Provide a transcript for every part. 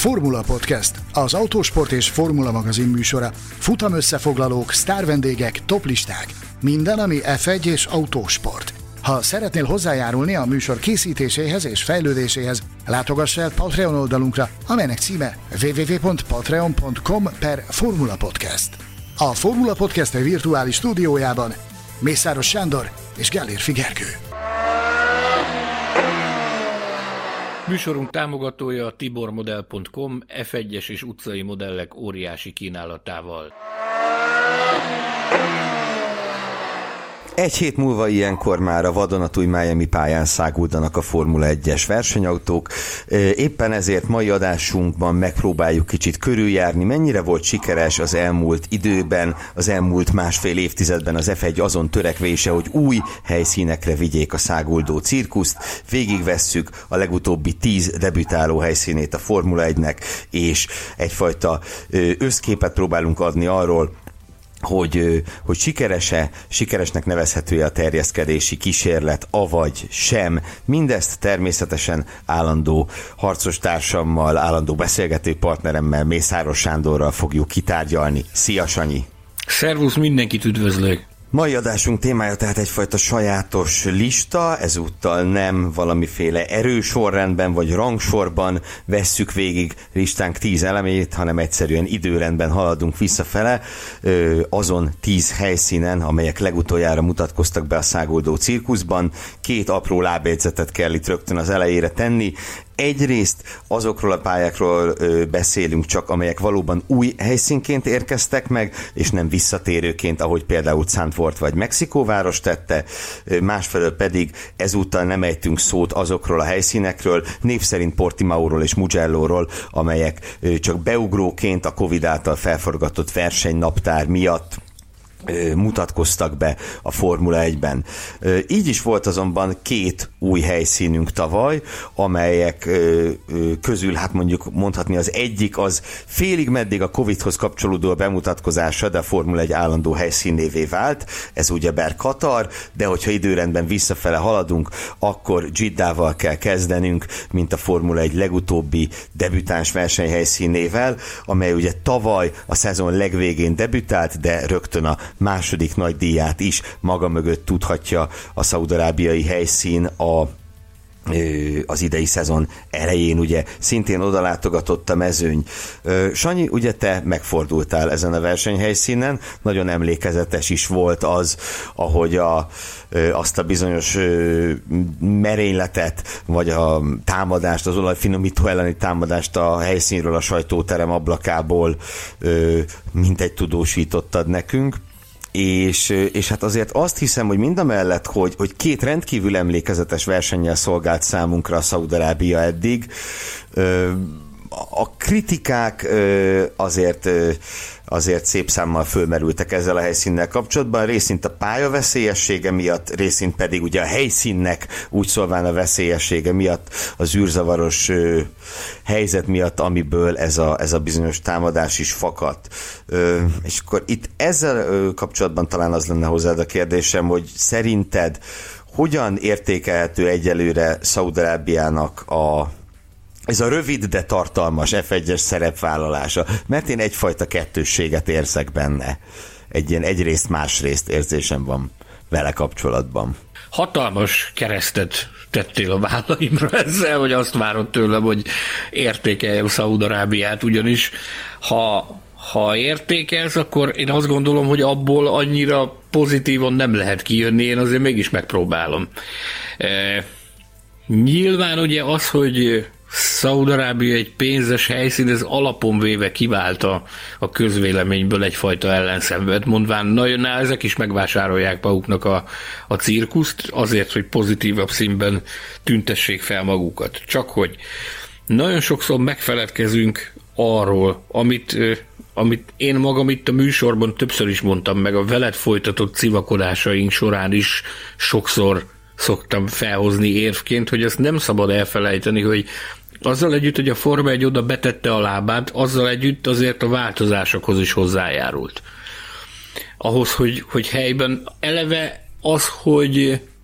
Formula Podcast, az autósport és formula magazin műsora. Futamösszefoglalók, sztárvendégek, toplisták. Minden, ami F1 és autósport. Ha szeretnél hozzájárulni a műsor készítéséhez és fejlődéséhez, látogass el Patreon oldalunkra, amelynek címe www.patreon.com/Formula Podcast. A Formula Podcast virtuális stúdiójában Mészáros Sándor és Gellérfi Gergő. Műsorunk támogatója a tibormodel.com F1-es és utcai modellek óriási kínálatával. Egy hét múlva ilyenkor már a vadonatúj Miami pályán száguldanak a Formula 1-es versenyautók. Éppen ezért mai adásunkban megpróbáljuk kicsit körüljárni, mennyire volt sikeres az elmúlt időben, az elmúlt másfél évtizedben az F1 azon törekvése, hogy új helyszínekre vigyék a száguldó cirkuszt. Végigvesszük a legutóbbi 10 debütáló helyszínét a Formula 1-nek, és egyfajta összképet próbálunk adni arról, hogy sikeresnek nevezhető-e a terjeszkedési kísérlet, avagy sem. Mindezt természetesen állandó harcos társammal, állandó beszélgető partneremmel, Mészáros Sándorral fogjuk kitárgyalni. Szia, Sanyi! Szervusz, mindenkit üdvözlök! Mai adásunk témája tehát egyfajta sajátos lista, ezúttal nem valamiféle erősorrendben vagy rangsorban vesszük végig listánk 10 elemét, hanem egyszerűen időrendben haladunk visszafele azon 10 helyszínen, amelyek legutoljára mutatkoztak be a száguldó cirkuszban. 2 apró lábjegyzetet kell itt rögtön az elejére tenni. Egyrészt azokról a pályákról beszélünk csak, amelyek valóban új helyszínként érkeztek meg, és nem visszatérőként, ahogy például Zandvoort vagy Mexikóváros tette. Másfelől pedig ezúttal nem ejtünk szót azokról a helyszínekről, név szerint Portimaóról és Mugello-ról, amelyek csak beugróként a Covid által felforgatott versenynaptár miatt mutatkoztak be a Formula 1-ben. Így is volt azonban 2 új helyszínünk tavaly, amelyek közül, hát mondjuk mondhatni az egyik az félig meddig a Covid-hoz kapcsolódó a bemutatkozása, de a Formula 1 állandó helyszínévé vált, ez ugyebár Katar, de hogyha időrendben visszafele haladunk, akkor Jiddával kell kezdenünk, mint a Formula 1 legutóbbi debütáns versenyhelyszínével, amely ugye tavaly a szezon legvégén debütált, de rögtön a második nagy díját is maga mögött tudhatja a szaúd-arábiai helyszín az idei szezon elején, ugye szintén oda látogatott a mezőny. Sanyi, ugye te megfordultál ezen a versenyhelyszínen, nagyon emlékezetes is volt az, ahogy azt a bizonyos merényletet, vagy a támadást, az olajfinomító elleni támadást a helyszínről, a sajtóterem ablakából mintegy tudósítottad nekünk. És hát azért azt hiszem, hogy mindamellett, hogy 2 rendkívül emlékezetes versennyel szolgált számunkra a Szaúd-Arábia eddig, a kritikák azért szép számmal fölmerültek ezzel a helyszínnel kapcsolatban, részint a pálya veszélyessége miatt, részint pedig ugye a helyszínnek úgy szólván a veszélyessége miatt, az űrzavaros helyzet miatt, amiből ez a bizonyos támadás is fakadt. És akkor itt ezzel kapcsolatban talán az lenne hozzád a kérdésem, hogy szerinted hogyan értékelhető egyelőre Szaúd-Arábiának ez a rövid, de tartalmas F1-es szerepvállalása, mert én egyfajta kettősséget érzek benne. Egy ilyen egyrészt-másrészt érzésem van vele kapcsolatban. Hatalmas keresztet tettél a vállaimra ezzel, hogy azt várod tőlem, hogy értékeljem Szaúd-Arábiát, ugyanis ha értékelsz, akkor én azt gondolom, hogy abból annyira pozitívan nem lehet kijönni, én azért mégis megpróbálom. Nyilván ugye az, hogy Szaúd-Arábia egy pénzes helyszín, ez alapon véve kivált a közvéleményből egyfajta ellenszenvet, mondván, na ezek is megvásárolják maguknak a cirkuszt, azért, hogy pozitívabb színben tüntessék fel magukat. Csak hogy nagyon sokszor megfeledkezünk arról, amit én magam itt a műsorban többször is mondtam, meg a veled folytatott civakodásaink során is sokszor szoktam felhozni érvként, hogy ezt nem szabad elfelejteni, hogy azzal együtt, hogy a Forma 1 oda betette a lábát, azzal együtt azért a változásokhoz is hozzájárult. Ahhoz, hogy helyben eleve az, hogy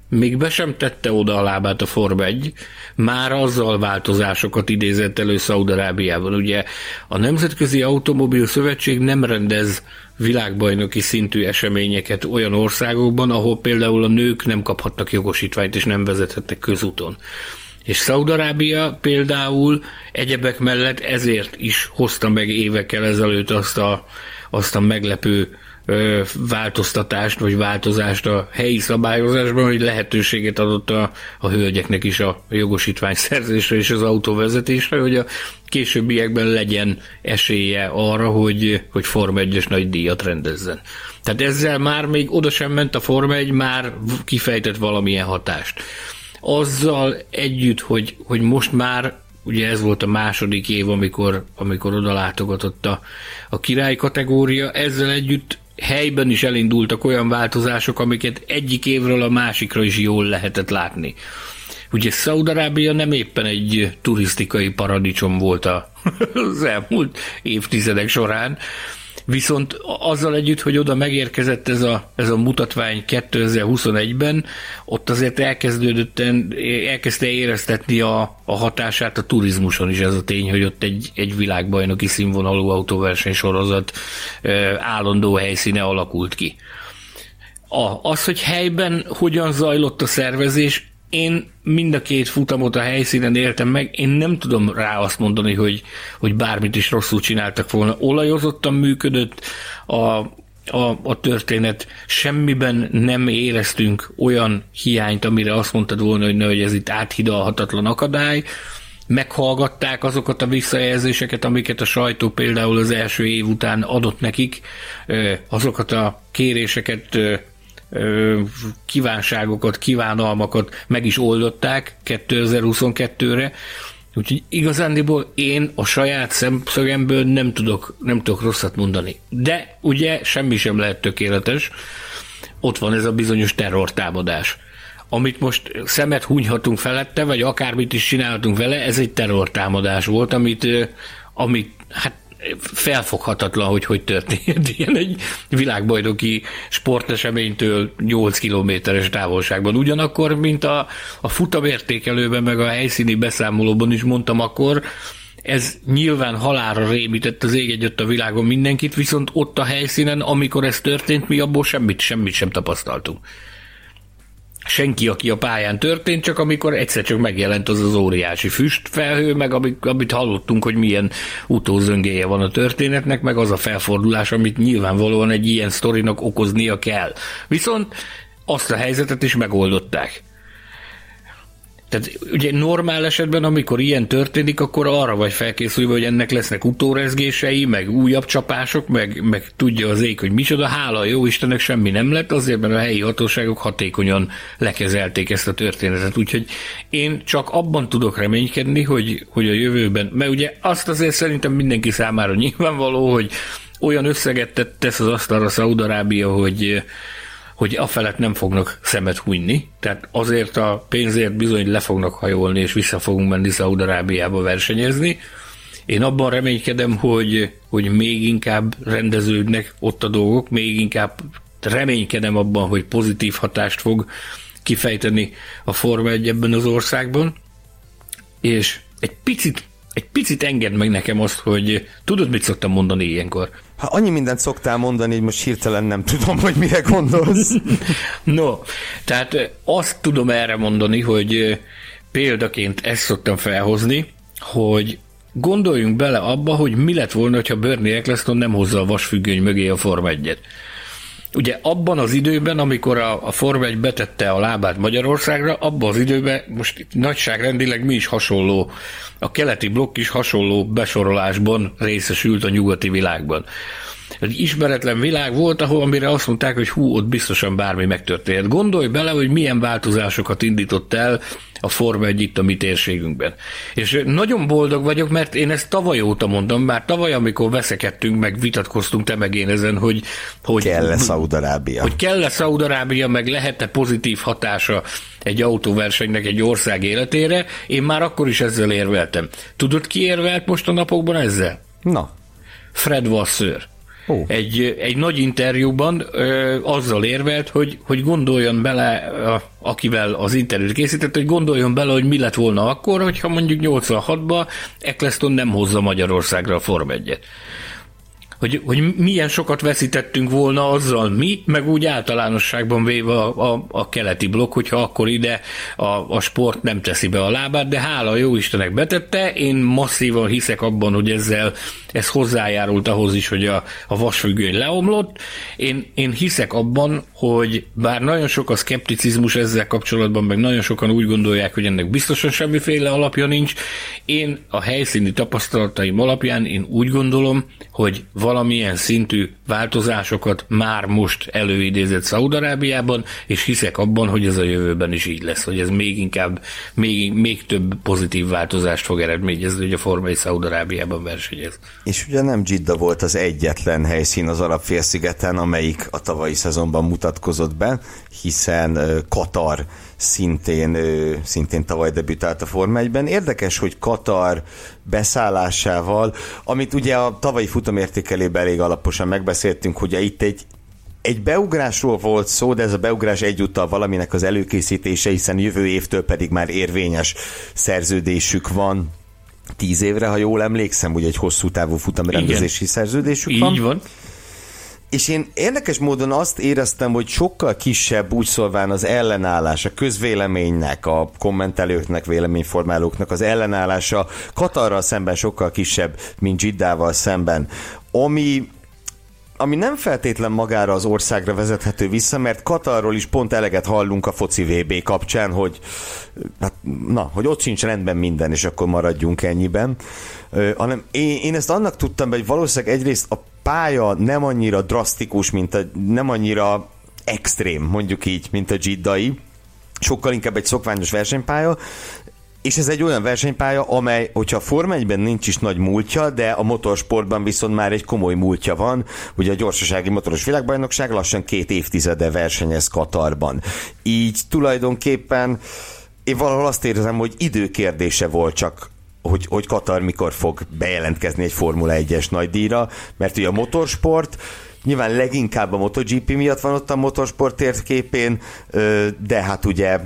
még be sem tette oda a lábát a Forma 1, már azzal változásokat idézett elő Szaúd-Arábiában. Ugye a Nemzetközi Automobil Szövetség nem rendez világbajnoki szintű eseményeket olyan országokban, ahol például a nők nem kaphatnak jogosítványt és nem vezethetnek közúton. És Szaúd-Arábia például egyebek mellett ezért is hozta meg évekkel ezelőtt azt a meglepő változtatást vagy változást a helyi szabályozásban, hogy lehetőséget adott a hölgyeknek is a jogosítvány szerzésre és az autóvezetésre, hogy a későbbiekben legyen esélye arra, hogy Forma 1-es nagy díjat rendezzen. Tehát ezzel már még oda sem ment a Forma 1, már kifejtett valamilyen hatást. Azzal együtt, hogy most már, ugye ez volt a második év, amikor oda látogatott a király kategória, ezzel együtt helyben is elindultak olyan változások, amiket egyik évről a másikra is jól lehetett látni. Ugye Szaúd-Arábia nem éppen egy turisztikai paradicsom volt az elmúlt évtizedek során, viszont azzal együtt, hogy oda megérkezett ez a mutatvány 2021-ben, ott azért elkezdte éreztetni a hatását a turizmuson is ez a tény, hogy ott egy világbajnoki színvonalú autóversenysorozat állandó helyszíne alakult ki. Az, hogy helyben hogyan zajlott a szervezés, én mind a két futamot a helyszínen éltem meg, én nem tudom rá azt mondani, hogy bármit is rosszul csináltak volna. Olajozottan működött a történet, semmiben nem éreztünk olyan hiányt, amire azt mondtad volna, hogy ez itt áthidalhatatlan akadály. Meghallgatták azokat a visszajelzéseket, amiket a sajtó például az első év után adott nekik, azokat a kéréseket, kívánságokat, kívánalmakat meg is oldották 2022-re, úgyhogy igazándiból én a saját szemszögemből nem tudok rosszat mondani. De ugye semmi sem lehet tökéletes, ott van ez a bizonyos terrortámadás. Amit most szemet hunyhatunk felette, vagy akármit is csinálhatunk vele, ez egy terrortámadás volt, amit hát felfoghatatlan, hogy történt ilyen egy világbajnoki sporteseménytől 8 kilométeres távolságban. Ugyanakkor, mint a futamértékelőben, meg a helyszíni beszámolóban is mondtam akkor, ez nyilván halálra rémített az ég egyet a világon mindenkit, viszont ott a helyszínen, amikor ez történt, mi abból semmit sem tapasztaltunk. Senki, aki a pályán történt, csak amikor egyszer csak megjelent az óriási füstfelhő, meg amit hallottunk, hogy milyen utózöngéje van a történetnek, meg az a felfordulás, amit nyilvánvalóan egy ilyen sztorinak okoznia kell. Viszont azt a helyzetet is megoldották. Tehát ugye normál esetben, amikor ilyen történik, akkor arra vagy felkészülve, hogy ennek lesznek utórezgései, meg újabb csapások, meg tudja az ég, hogy micsoda. Hála a jó Istennek semmi nem lett, azért, mert a helyi hatóságok hatékonyan lekezelték ezt a történetet. Úgyhogy én csak abban tudok reménykedni, hogy a jövőben, mert ugye azt azért szerintem mindenki számára nyilvánvaló, hogy olyan összeget tesz az asztalra Szaúd-Arábia, hogy afelett nem fognak szemet hunyni, tehát azért a pénzért bizony le fognak hajolni, és vissza fogunk menni Szaúd-Arábiába versenyezni. Én abban reménykedem, hogy még inkább rendeződnek ott a dolgok, még inkább reménykedem abban, hogy pozitív hatást fog kifejteni a Forma 1 ebben az országban, és egy picit engedd meg nekem azt, hogy tudod, mit szoktam mondani ilyenkor? Ha annyi mindent szoktál mondani, hogy most hirtelen nem tudom, hogy mire gondolsz. No, tehát azt tudom erre mondani, hogy példaként ezt szoktam felhozni, hogy gondoljunk bele abba, hogy mi lett volna, ha Bernie Ecclestone nem hozza a vasfüggöny mögé a Forma 1-et. Ugye abban az időben, amikor a Forma 1 betette a lábát Magyarországra, abban az időben most nagyságrendileg mi is hasonló, a keleti blokk is hasonló besorolásban részesült a nyugati világban. Egy ismeretlen világ volt, ahol amire azt mondták, hogy ott biztosan bármi megtörténhet. Gondolj bele, hogy milyen változásokat indított el a Forma 1 itt a mi térségünkben. És nagyon boldog vagyok, mert én ezt tavaly óta mondom, már tavaly, amikor veszekedtünk, meg vitatkoztunk te meg én ezen, hogy kell-e Szaúd-Arábia. Hogy kell-e Szaúd-Arábia, meg lehet-e pozitív hatása egy autóversenynek egy ország életére, én már akkor is ezzel érveltem. Tudod, ki érvelt most a napokban ezzel? Na. Fred Vasseur. Egy nagy interjúban azzal érvelt, hogy gondoljon bele, akivel az interjút készített, hogy gondoljon bele, hogy mi lett volna akkor, hogyha mondjuk 86-ban Eccleston nem hozza Magyarországra a Form 1-et. Hogy milyen sokat veszítettünk volna azzal mi, meg úgy általánosságban véve a keleti blokk, hogyha akkor ide a sport nem teszi be a lábát, de hála jó Istennek betette, én masszívan hiszek abban, hogy ez hozzájárult ahhoz is, hogy a vasfüggöny leomlott. Én hiszek abban, hogy bár nagyon sok a szkepticizmus ezzel kapcsolatban, meg nagyon sokan úgy gondolják, hogy ennek biztosan semmiféle alapja nincs, én a helyszíni tapasztalataim alapján én úgy gondolom, hogy valamilyen szintű változásokat már most előidézett Szaúd-Arábiában, és hiszek abban, hogy ez a jövőben is így lesz, hogy ez még inkább, még több pozitív változást fog eredményezni, hogy a Forma 1 Szaúd-Arábiában versenyez. És ugye nem Dzsidda volt az egyetlen helyszín az Arab-félszigeten, amelyik a tavalyi szezonban mutatkozott be, hiszen Katar szintén tavaly debütált a Forma 1-ben. Érdekes, hogy Katar beszállásával, amit ugye a tavalyi futamértékelőben elég alaposan megbeszéltünk, hogy itt egy beugrásról volt szó, de ez a beugrás egyúttal valaminek az előkészítése, hiszen jövő évtől pedig már érvényes szerződésük van 10 évre, ha jól emlékszem, ugye egy hosszú távú futamrendezési szerződésük van. Így van. És én érdekes módon azt éreztem, hogy sokkal kisebb úgy szólván az ellenállás, a közvéleménynek, a kommentelőknek, véleményformálóknak az ellenállása Katarral szemben sokkal kisebb, mint Dzsiddával szemben. Ami nem feltétlen magára az országra vezethető vissza, mert Katarról is pont eleget hallunk a foci VB kapcsán, hogy ott sincs rendben minden, és akkor maradjunk ennyiben. Hanem én ezt annak tudtam be, hogy valószínűleg egyrészt a pálya nem annyira drasztikus, nem annyira extrém, mondjuk így, mint a Dzsiddai, sokkal inkább egy szokványos versenypálya, és ez egy olyan versenypálya, amely, hogyha a Forma 1-ben nincs is nagy múltja, de a motorsportban viszont már egy komoly múltja van. Ugye a gyorsasági motoros világbajnokság lassan 2 évtizede versenyez Katarban. Így tulajdonképpen én valahol azt érzem, hogy időkérdése volt csak, hogy Katar mikor fog bejelentkezni egy Formula 1-es nagydíjra, mert ugye a motorsport nyilván leginkább a MotoGP miatt van ott a motorsport térképén, de hát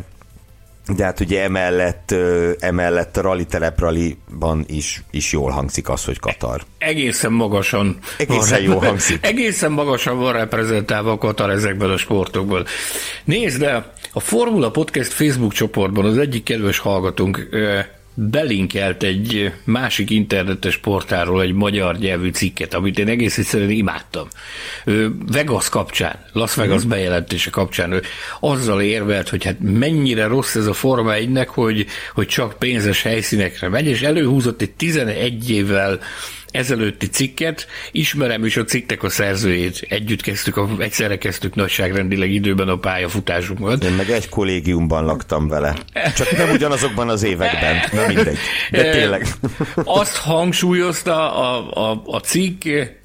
ugye emellett a rally telepralliban is jól hangzik az, hogy Katar. Egészen magasan jól hangzik. Egészen magasan van reprezentálva a Katar ezekben a sportokból. Nézd, de a Formula Podcast Facebook csoportban az egyik kedves hallgatónk belinkelt egy másik internetes portálról egy magyar nyelvű cikket, amit én egész egyszerűen imádtam. Vegas kapcsán, Las Vegas bejelentése kapcsán ő azzal érvelt, hogy hát mennyire rossz ez a Forma 1-nek, hogy csak pénzes helyszínekre megy, és előhúzott egy 11 évvel ezelőtti cikket, ismerem is a cikknek a szerzőjét, egyszerre kezdtük nagyságrendileg időben a pályafutásunkat. Én meg egy kollégiumban laktam vele. Csak nem ugyanazokban az években, na mindegy. De tényleg. Azt hangsúlyozta a cikk,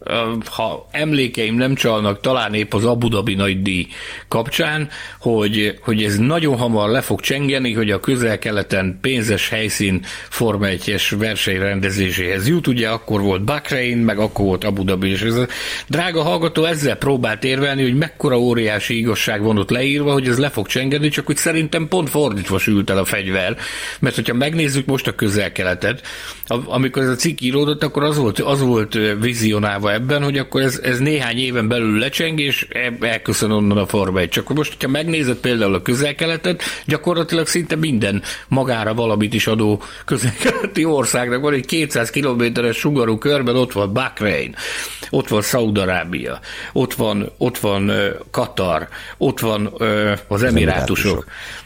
ha emlékeim nem csalnak, talán épp az Abu Dhabi nagydíj kapcsán, hogy ez nagyon hamar le fog csengeni, hogy a Közel-Keleten pénzes helyszín Forma 1-es versenyrendezéséhez jut. Ugye akkor volt Bahrein, meg akkor volt Abu Dhabi, és ez a drága hallgató ezzel próbált érvelni, hogy mekkora óriási igazság van ott leírva, hogy ez le fog csengeni, csak hogy szerintem pont fordítva sült el a fegyver, mert hogyha megnézzük most a Közel-Keletet, amikor ez a cikk íródott, akkor az volt vizionálva ebben, hogy akkor ez néhány éven belül lecseng, és elköszön onnan a Forma 1. Csak most, hogyha megnézed például a Közel-Keletet, gyakorlatilag szinte minden magára valamit is adó közel-keleti országnak van egy 200 kilométeres sugarú körben, ott van Bahrein, ott van Szaúd-Arábia, ott van Katar, ott van az Emirátusok.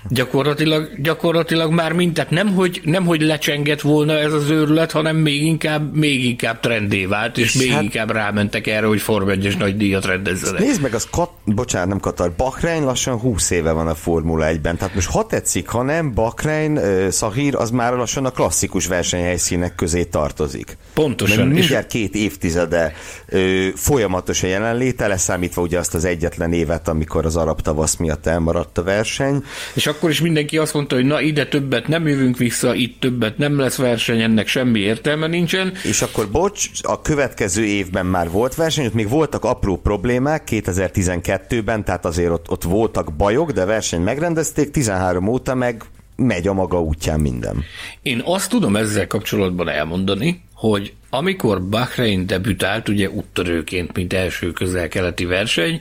Gyakorlatilag már tehát nem hogy lecsengett volna ez az őrület, hanem még inkább trendé vált, és még inkább rámentek erre, hogy Forma 1-es nagy díjat rendezzenek. Nézd meg, nem Katar, Bahrein lassan 20 éve van a Formula 1-ben, tehát most ha tetszik, ha nem, Bahrein, Szahír, az már lassan a klasszikus versenyhelyszínek közé tartozik. Pontosan. Mert mindjárt 2 évtizede folyamatos a jelenléte, leszámítva ugye azt az egyetlen évet, amikor az arab tavasz miatt elmaradt a verseny. És akkor is mindenki azt mondta, hogy na ide többet nem jövünk vissza, itt többet nem lesz verseny, ennek semmi értelme nincsen. És akkor bocs, a következő évben már volt verseny, ott még voltak apró problémák 2012-ben, tehát azért ott voltak bajok, de a versenyt megrendezték, 13 óta meg megy a maga útján minden. Én azt tudom ezzel kapcsolatban elmondani, hogy amikor Bahrein debütált, ugye úttörőként, mint első közel-keleti verseny,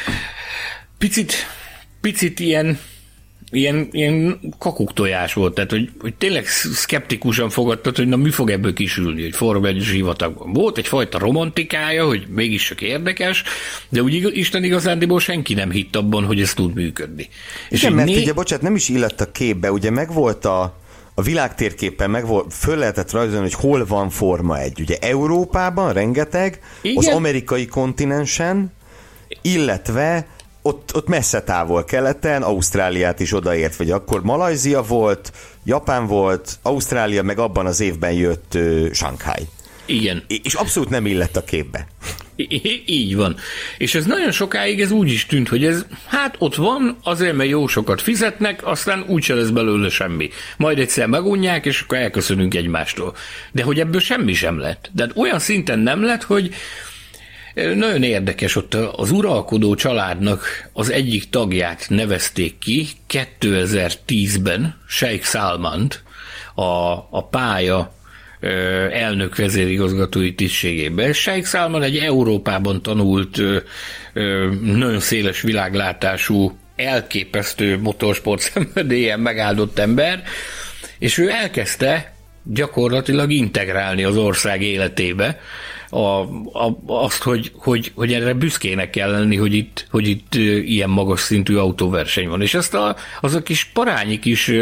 picit ilyen kakuktojás volt, tehát hogy tényleg szkeptikusan fogadtad, hogy na mi fog ebből kisülni, hogy Forma 1 sivatagban. Volt egyfajta romantikája, hogy mégis csak érdekes, de úgy Isten igazándiból senki nem hitt abban, hogy ez tud működni. Igen, mert ugye, bocsánat, nem is illett a képbe, ugye megvolt a világtérképen föl lehetett rajzolni, hogy hol van Forma 1. Ugye Európában rengeteg, igen? Az amerikai kontinensen, illetve ott messze távol keleten, Ausztráliát is odaért, vagy akkor Malajzia volt, Japán volt, Ausztrália, meg abban az évben jött Shanghai. Igen. És abszolút nem illett a képbe. Így van. És ez nagyon sokáig ez úgy is tűnt, hogy ez hát ott van, azért mert jó sokat fizetnek, aztán úgyse lesz belőle semmi. Majd egyszer megunják, és akkor elköszönünk egymástól. De hogy ebből semmi sem lett. De olyan szinten nem lett, hogy nagyon érdekes, ott az uralkodó családnak az egyik tagját nevezték ki 2010-ben, Sheikh Salmant, a pálya elnök vezérigazgatói tisztségében. Sheikh Salman egy Európában tanult, nagyon széles világlátású, elképesztő motorsport szenvedélyen megáldott ember, és ő elkezdte gyakorlatilag integrálni az ország életébe azt, hogy erre büszkének kell lenni, hogy itt ilyen magas szintű autóverseny van. És ezt az a kis parányi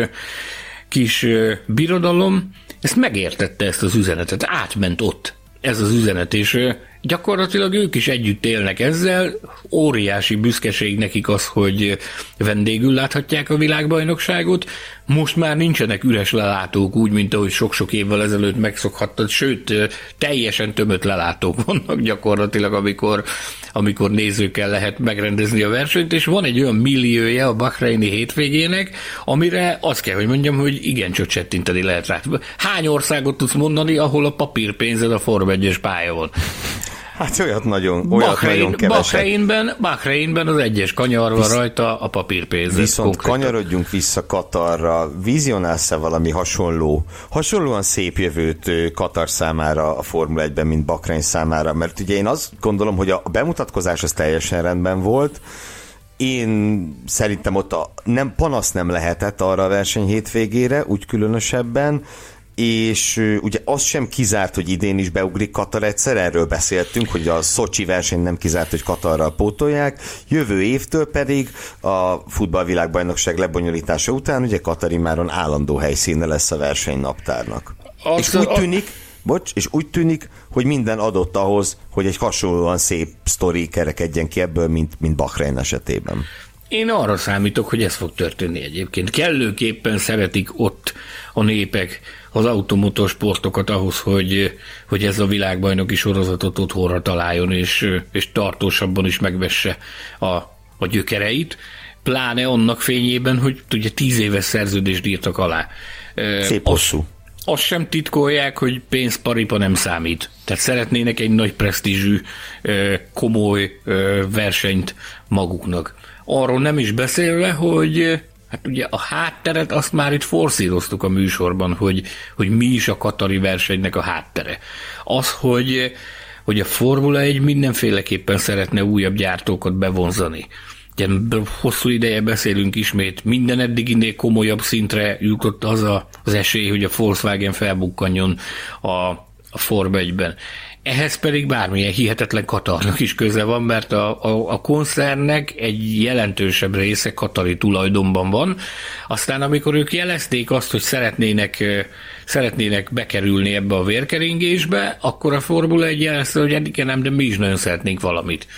kis birodalom, ezt megértette, ezt az üzenetet, átment ott ez az üzenet, és gyakorlatilag ők is együtt élnek ezzel, óriási büszkeség nekik az, hogy vendégül láthatják a világbajnokságot, most már nincsenek üres lelátók úgy, mint ahogy sok-sok évvel ezelőtt megszokhattad, sőt, teljesen tömött lelátók vannak gyakorlatilag, amikor nézőkkel lehet megrendezni a versenyt, és van egy olyan milliója a bahreini hétvégének, amire azt kell, hogy mondjam, hogy igencsak csettinteni lehet rá. Hány országot tudsz mondani, ahol a papírpénzed a Forma 1-es pálya van? Hát olyat nagyon keveset. Bahreinben az egyes kanyar van rajta a papírpénzet. Viszont konkrétan. Kanyarodjunk vissza Katarra. Vizionálsz-e valami hasonlóan szép jövőt Katar számára a Formula 1-ben, mint Bahrein számára? Mert ugye én azt gondolom, hogy a bemutatkozás az teljesen rendben volt. Én szerintem ott panasz nem lehetett arra a verseny hétvégére, úgy különösebben, és ugye az sem kizárt, hogy idén is beugrik Katar egyszer, erről beszéltünk, hogy a Szocsi verseny nem kizárt, hogy Katarral pótolják, jövő évtől pedig a futballvilágbajnokság lebonyolítása után ugye Katar immáron állandó helyszíne lesz a versenynaptárnak. És úgy tűnik, hogy minden adott ahhoz, hogy egy hasonlóan szép sztori kerekedjen ki ebből, mint Bahrein esetében. Én arra számítok, hogy ez fog történni egyébként. Kellőképpen szeretik ott a népek az automotorsportokat ahhoz, hogy ez a világbajnoki sorozatot otthonra találjon, és tartósabban is megvesse a gyökereit, pláne annak fényében, hogy ugye 10 éves szerződést írtak alá. Szép hosszú. Azt sem titkolják, hogy pénzparipa nem számít. Tehát szeretnének egy nagy presztízsű, komoly versenyt maguknak. Arról nem is beszélve, hogy hát ugye a hátteret azt már itt forszíroztuk a műsorban, hogy mi is a katari versenynek a háttere. Az, hogy a Formula 1 mindenféleképpen szeretne újabb gyártókat bevonzani. Ugye hosszú ideje beszélünk ismét, minden eddiginél komolyabb szintre jutott az esély, hogy a Volkswagen felbukkanjon a Forma 1-ben. Ehhez pedig bármilyen hihetetlen Katarnak is köze van, mert a koncernnek egy jelentősebb része katari tulajdonban van. Aztán amikor ők jelezték azt, hogy szeretnének bekerülni ebbe a vérkeringésbe, akkor a Formula 1 jelezte, hogy eddig nem, de mi is nagyon szeretnénk valamit.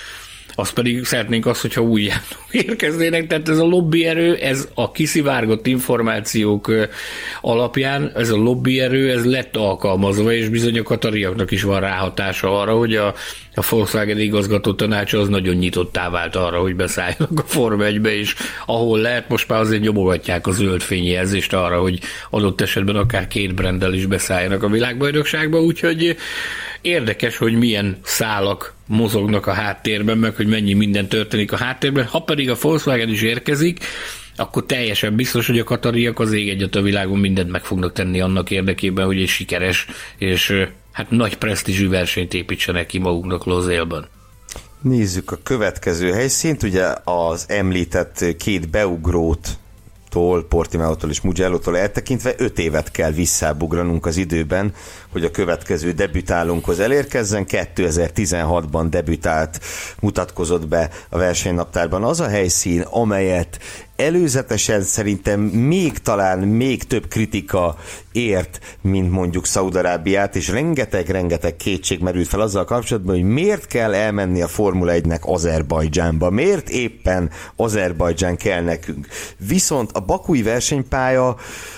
az pedig szeretnénk azt, hogyha újjá érkeznének, tehát ez a lobbyerő, ez a kiszivárgott információk alapján, ez a lobbyerő, ez lett alkalmazva, és bizony a katariaknak is van ráhatása arra, hogy a Volkswagen igazgató tanácsa az nagyon nyitottá vált arra, hogy beszálljanak a Forma 1-be, és ahol lehet, most már azért nyomogatják a zöld fényjelzést arra, hogy adott esetben akár 2 branddel is beszálljanak a világbajnokságba, úgyhogy érdekes, hogy milyen szálak mozognak a háttérben, meg hogy mennyi minden történik a háttérben. Ha pedig a Volkswagen is érkezik, akkor teljesen biztos, hogy a katariak az ég egyet a világon mindent meg fognak tenni annak érdekében, hogy egy sikeres és hát nagy presztízsű versenyt építsenek ki maguknak Losailban. Nézzük a következő helyszínt, ugye az említett 2 beugrót Portimaótól és Mugello-tól eltekintve 5 évet kell visszábugranunk az időben, hogy a következő debütálónkhoz elérkezzen. 2016-ban debütált, mutatkozott be a versenynaptárban az a helyszín, amelyet előzetesen szerintem talán még több kritika ért, mint mondjuk Szaúd-Arábiát, és rengeteg kétség merült fel azzal kapcsolatban, hogy miért kell elmenni a Formula 1-nek Azerbajdzsánba, miért éppen Azerbajdzsán kell nekünk. Viszont a bakui versenypálya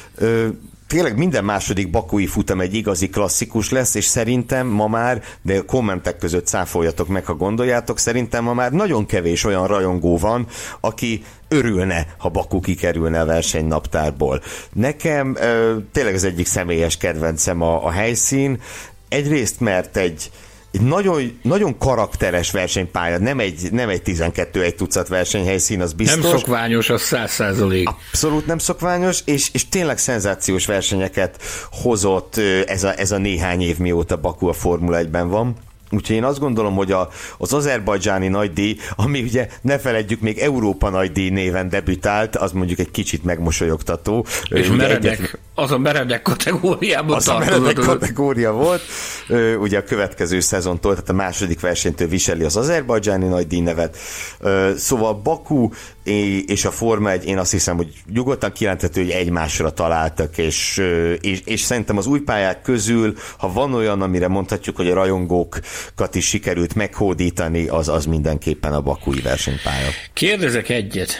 tényleg minden második bakui futam egy igazi klasszikus lesz, és szerintem ma már, de kommentek között cáfoljatok meg, ha gondoljátok, szerintem ma már nagyon kevés olyan rajongó van, aki örülne, ha Baku kikerülne a versenynaptárból. Nekem tényleg az egyik személyes kedvencem a helyszín, egyrészt, mert egy nagyon, nagyon karakteres versenypálya, nem egy 12 tucat versenyhelyszín, az biztos. Nem szokványos, az 100%. Abszolút nem szokványos, és tényleg szenzációs versenyeket hozott ez a néhány év, mióta Baku a Formula 1-ben van. Úgyhogy én azt gondolom, hogy az azerbajdzsáni nagydíj, ami ugye ne feledjük, még Európa nagydíj néven debütált, az mondjuk egy kicsit megmosolyogtató. És meredek, az a meredek kategóriában tartozott. Az a meredek kategória volt. Ugye a következő szezontól, tehát a második versenytől viseli az azerbajdzsáni nagydíj nevet. Szóval Baku és a Forma 1, én azt hiszem, hogy nyugodtan kijelenthető, hogy egymásra találtak, és szerintem az új pályák közül, ha van olyan, amire mondhatjuk, hogy a rajongókat is sikerült meghódítani, az mindenképpen a bakui versenypálya. Kérdezek egyet.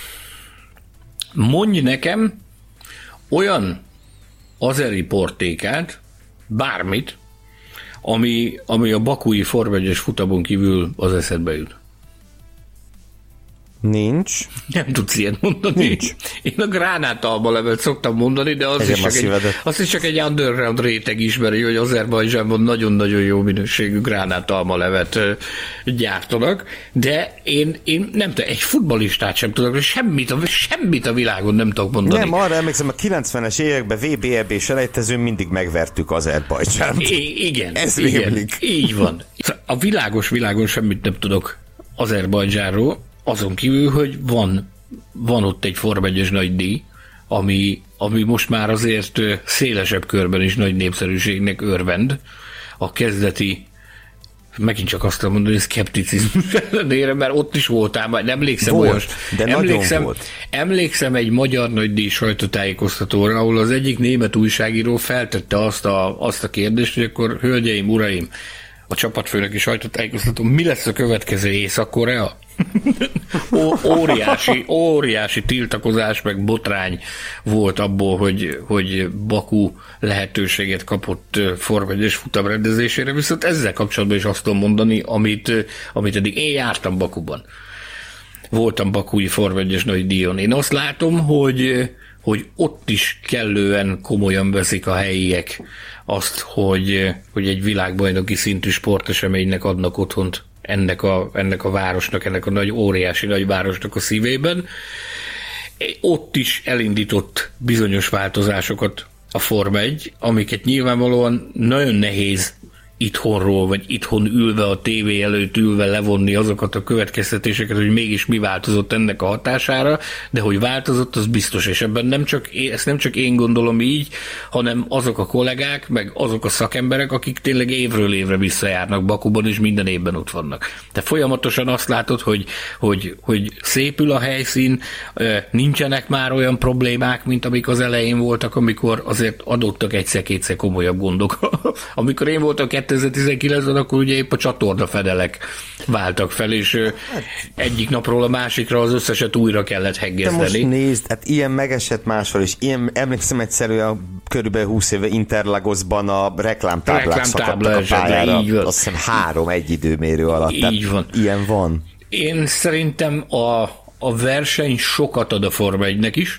Mondj nekem olyan azeri portékát, bármit, ami a bakui Forma 1-es futamon kívül az eszedbe jut. Nincs. Nem tudsz ilyet mondani. Nincs. Én a gránátalma levet szoktam mondani, de az is csak egy underground réteg ismeri, hogy Azerbajdzsánban nagyon-nagyon jó minőségű gránátalma levet gyártanak, de én nem tudom, egy futballistát sem tudok, semmit a világon nem tudok mondani. Nem, arra emlékszem, a 90-es években VB-EB selejtezőn mindig megvertük Azerbajdzsánt. Igen. Ez rémlik. Így van. A világon semmit nem tudok Azerbajdzsánról, azon kívül, hogy van ott egy Forma 1-es nagydíj, ami most már azért szélesebb körben is nagy népszerűségnek örvend. A kezdeti, megint csak azt mondani, hogy szkepticizmus ellenére, mert ott is voltál, majd emlékszem egy magyar nagydíj sajtótájékoztatóra, ahol az egyik német újságíró feltette azt a kérdést, hogy akkor hölgyeim, uraim, a csapatfőnöki sajtótájékoztató, mi lesz a következő Észak-Korea? óriási tiltakozás, meg botrány volt abból, hogy Baku lehetőséget kapott Forma 1-es futam rendezésére, viszont ezzel kapcsolatban is azt tudom mondani, amit eddig én jártam Bakuban. Voltam bakui Forma 1-es nagydíjon. Én azt látom, hogy ott is kellően komolyan veszik a helyiek azt, hogy egy világbajnoki szintű sporteseménynek adnak otthont ennek a városnak, ennek a óriási nagy városnak a szívében. Ott is elindított bizonyos változásokat a Forma 1, amiket nyilvánvalóan nagyon nehéz itthonról, vagy itthon ülve, a tévé előtt ülve levonni azokat a következtetéseket, hogy mégis mi változott ennek a hatására, de hogy változott, az biztos, és ebben ezt nem csak én gondolom így, hanem azok a kollégák, meg azok a szakemberek, akik tényleg évről évre visszajárnak Bakuban, és minden évben ott vannak. Te folyamatosan azt látod, hogy szépül a helyszín, nincsenek már olyan problémák, mint amik az elején voltak, amikor azért adottak egyszer-kétszer komolyabb gondok. Amikor én voltam 2019-ben, akkor ugye épp a csatornafedelek váltak fel, és egyik napról a másikra az összeset újra kellett heggezteni. De most nézd, hát ilyen megesett máshol is. Ilyen, emlékszem egyszerűen körülbelül 20 éve Interlagosban a reklámtáblák szakadtak a pályára. Azt hiszem 3 egyidőmérő alatt. Így van. Ilyen van. Én szerintem a verseny sokat ad a Forma 1-nek is.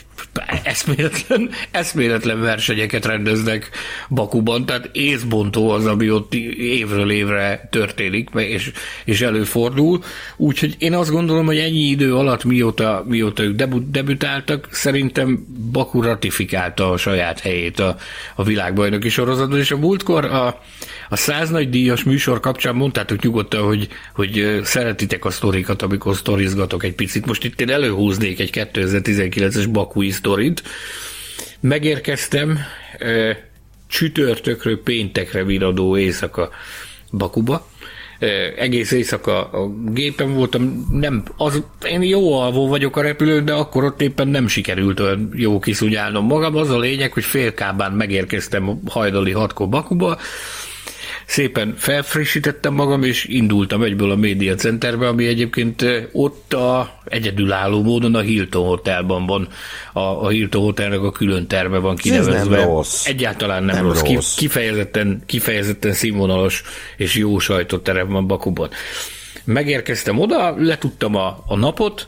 Eszméletlen versenyeket rendeznek Bakuban, tehát észbontó az, ami ott évről évre történik, és előfordul. Úgyhogy én azt gondolom, hogy ennyi idő alatt, mióta ők debütáltak, szerintem Baku ratifikálta a saját helyét a világbajnoki sorozatban, és a múltkor a 100 nagy díjas műsor kapcsán mondtátok nyugodtan, hogy szeretitek a sztorikat, amikor sztorizgatok egy picit. Most itt én előhúznék egy 2019-es bakui sztorit. Megérkeztem csütörtökről péntekre viradó éjszaka Bakuba. Egész éjszaka a gépen voltam, én jó alvó vagyok a repülőn, de akkor ott éppen nem sikerült olyan jó kiszúnyálnom magam. Az a lényeg, hogy fél kábán megérkeztem hajnali 6-kor Bakuba, szépen felfrissítettem magam, és indultam egyből a Media Centerbe, ami egyébként ott egyedülálló módon a Hilton Hotelban van. A Hilton Hotelnek a külön terme van kinevezve. Ez nem rossz. Egyáltalán nem rossz. Kifejezetten színvonalos és jó sajtóterem van Bakuban. Megérkeztem oda, letudtam a napot,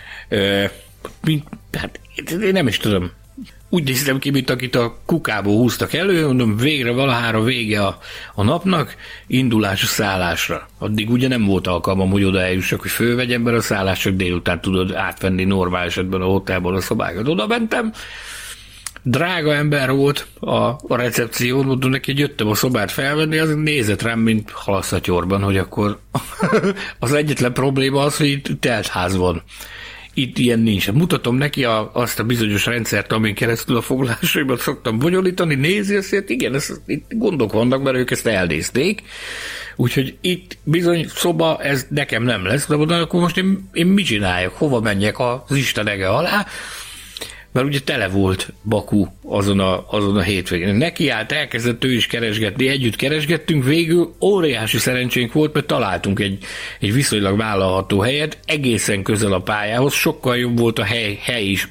hát én nem is tudom, úgy néztem ki, mint akit a kukából húztak elő, mondom, végre valahára vége a napnak, indulás a szállásra. Addig ugye nem volt alkalmam, hogy oda eljussak, hogy fölvegyem, mert a szállás csak délután tudod átvenni normál esetben a hotelból a szobákat. Oda mentem, drága ember volt a recepción, mondom neki, hogy jöttem a szobát felvenni, az nézett rám, mint halaszatyorban, hogy akkor az egyetlen probléma az, hogy itt teltház van. Itt ilyen nincs. Mutatom neki azt a bizonyos rendszert, amin keresztül a foglalásaimat szoktam bonyolítani, nézi azt, hogy igen, itt gondok vannak, mert ők ezt elnézték. Úgyhogy itt bizony szoba, ez nekem nem lesz, de mondom, akkor most én mit csináljak, hova menjek az Isten ege alá, mert ugye tele volt Baku azon a hétvégén. Nekiállt, elkezdett ő is keresgetni, együtt keresgettünk, végül óriási szerencsénk volt, mert találtunk egy viszonylag vállalható helyet, egészen közel a pályához, sokkal jobb volt a hely is,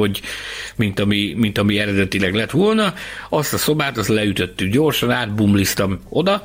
mint ami eredetileg lett volna. Azt a szobát, azt leütöttük gyorsan, átbumliztam oda,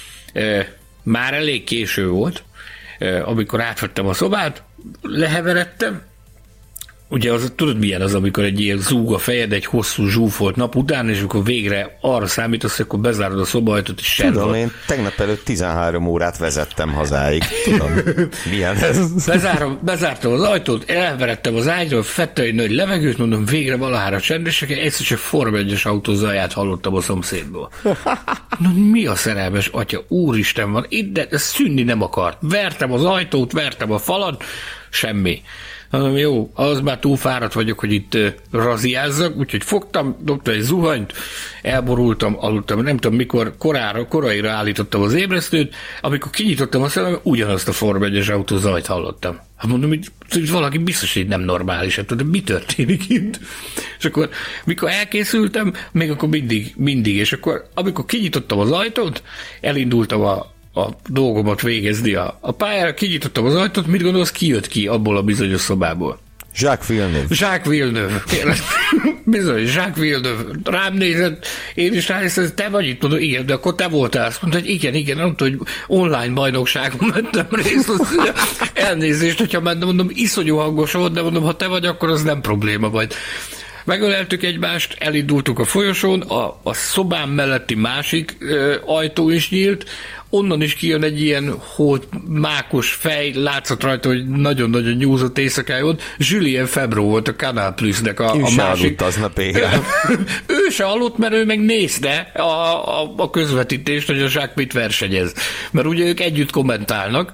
már elég késő volt, amikor átvettem a szobát, leheveredtem. Ugye tudod milyen az, amikor egy ilyen zúg a fejed egy hosszú zsúfolt nap után, és akkor végre arra számítasz, akkor bezárod a szobajtot, és sem. Tudom, én tegnap előtt 13 órát vezettem hazáig. Tudom, milyen ez. Bezártam az ajtót, elveredtem az ágyról, fettem egy nagy levegőt, mondom, végre valahára csendesek, egyszer csak Forma 1-es autó zaját hallottam a szomszédból. Na, mi a szerelmes atya, úristen van, itt, de szűnni nem akart. Vertem az ajtót, vertem a falat, semmi. Mondom, jó, az már túl fáradt vagyok, hogy itt raziázzak, úgyhogy fogtam, dobtam egy zuhanyt, elborultam, aludtam, nem tudom mikor, koraira állítottam az ébresztőt, amikor kinyitottam a szemem, ugyanazt a Forma 1-es autó zajt hallottam. Hát mondom, hogy valaki biztos, hogy nem normális, hát de mi történik itt? És akkor, mikor elkészültem, még akkor mindig, és akkor, amikor kinyitottam az ajtót, elindultam a dolgomat végezni a pályára, kinyitottam az ajtót, mit gondolsz, ki jött ki abból a bizonyos szobából? Jacques Villeneuve. Bizony, Jacques Villeneuve. Rám nézett, én is ránéztem, te vagy itt, mondom, igen, de akkor te voltál. Azt mondta, hogy igen, nem tudom, hogy online bajnokságon mentem részt. Elnézést, hogyha mentem, mondom, iszonyú hangos volt, de mondom, ha te vagy, akkor az nem probléma vagy. Megöleltük egymást, elindultuk a folyosón, a szobám melletti másik ajtó is nyílt, onnan is kijön egy ilyen holt, mákos fej, látszott rajta, hogy nagyon-nagyon nyúzott éjszakája volt. Julien Febvre volt a Canal Plus-nek a másik. Aznap éjjel. Ő se aludt, mert ő meg nézte a közvetítést, hogy a Jacques mit versenyez. Mert ugye ők együtt kommentálnak,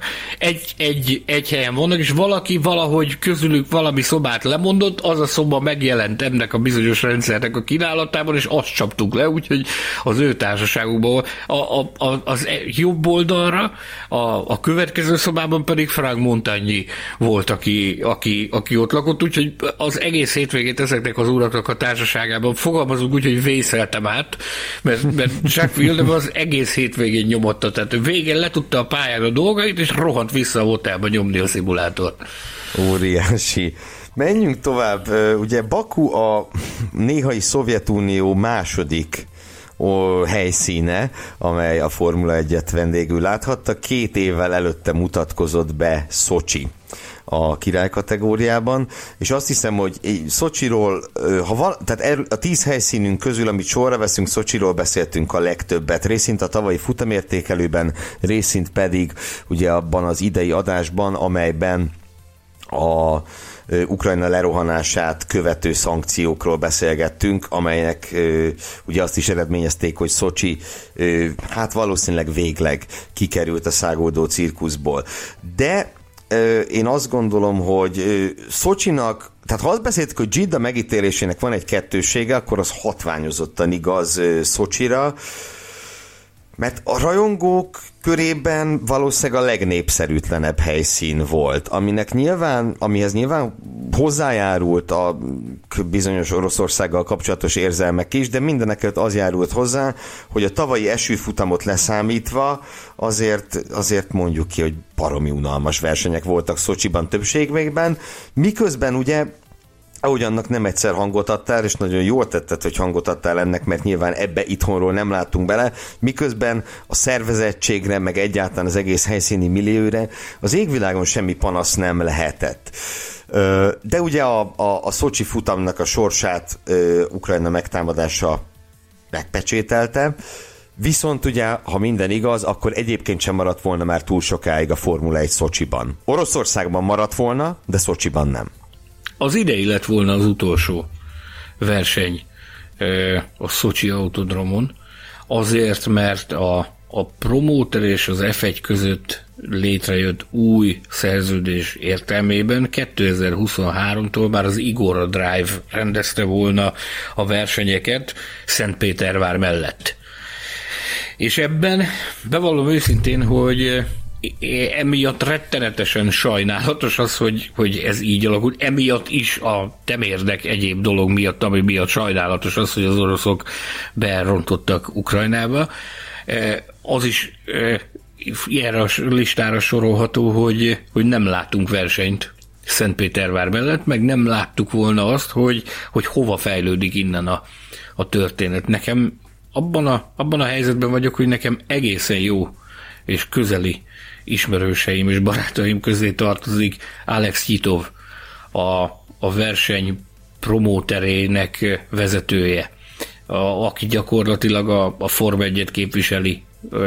egy helyen vannak, és valaki valahogy közülük valami szobát lemondott, az a szoba megjelent ennek a bizonyos rendszernek a kínálatában, és azt csaptuk le, úgyhogy az ő társaságukban az jobb oldalra, a következő szobában pedig Frank Montagny volt, aki ott lakott, úgyhogy az egész hétvégét ezeknek az uraknak a társaságában fogalmazunk úgy, hogy vészeltem át, mert Jacques Villeneuve az egész hétvégén nyomotta, tehát végén letudta a pályán a dolgait, és rohant vissza a hotelba nyomni a szimulátort. Óriási. Menjünk tovább. Ugye Baku a néhai Szovjetunió második helyszíne, amely a Formula 1-et vendégül láthatta. 2 évvel előtte mutatkozott be Szocsi a király kategóriában, és azt hiszem, hogy Szocsiról, tehát a 10 helyszínünk közül, amit sorra veszünk, Szocsiról beszéltünk a legtöbbet, részint a tavalyi futamértékelőben, részint pedig ugye abban az idei adásban, amelyben a Ukrajna lerohanását követő szankciókról beszélgettünk, amelyek ugye azt is eredményezték, hogy Szocsi hát valószínűleg végleg kikerült a száguldó cirkuszból. De én azt gondolom, hogy Szocsinak, tehát ha azt beszéltük, hogy Dzsidda megítélésének van egy kettősége, akkor az hatványozottan igaz Szocsira, mert a rajongók körében valószínűleg a legnépszerűtlenebb helyszín volt, amihez nyilván hozzájárult a bizonyos Oroszországgal kapcsolatos érzelmek is, de mindenekelőtt az járult hozzá, hogy a tavalyi esőfutamot leszámítva azért mondjuk ki, hogy baromi unalmas versenyek voltak Szocsiban többségben, miközben ugye ahogy annak nem egyszer hangot adtál, és nagyon jól tetted, hogy hangot adtál ennek, mert nyilván ebbe itthonról nem láttunk bele, miközben a szervezettségre, meg egyáltalán az egész helyszíni millióre az égvilágon semmi panasz nem lehetett. De ugye a Szocsi futamnak a sorsát Ukrajna megtámadása megpecsételte, viszont ugye, ha minden igaz, akkor egyébként sem maradt volna már túl sokáig a Formula 1 Szocsiban. Oroszországban maradt volna, de Szocsiban nem. Az idei lett volna az utolsó verseny a Szocsi autodromon, azért, mert a promóter és az F1 között létrejött új szerződés értelmében 2023-tól már az Igora Drive rendezte volna a versenyeket Szentpétervár mellett. És ebben bevallom őszintén, hogy emiatt rettenetesen sajnálatos az, hogy ez így alakult. Emiatt is a temérdek egyéb dolog miatt, ami miatt sajnálatos az, hogy az oroszok berontottak Ukrajnába. Az is erre a listára sorolható, hogy nem látunk versenyt Szentpétervár mellett, meg nem láttuk volna azt, hogy hova fejlődik innen a történet. Nekem abban a helyzetben vagyok, hogy nekem egészen jó és közeli ismerőseim és barátaim közé tartozik Alex Titov, a verseny promóterének vezetője, aki gyakorlatilag a Forma 1-et képviseli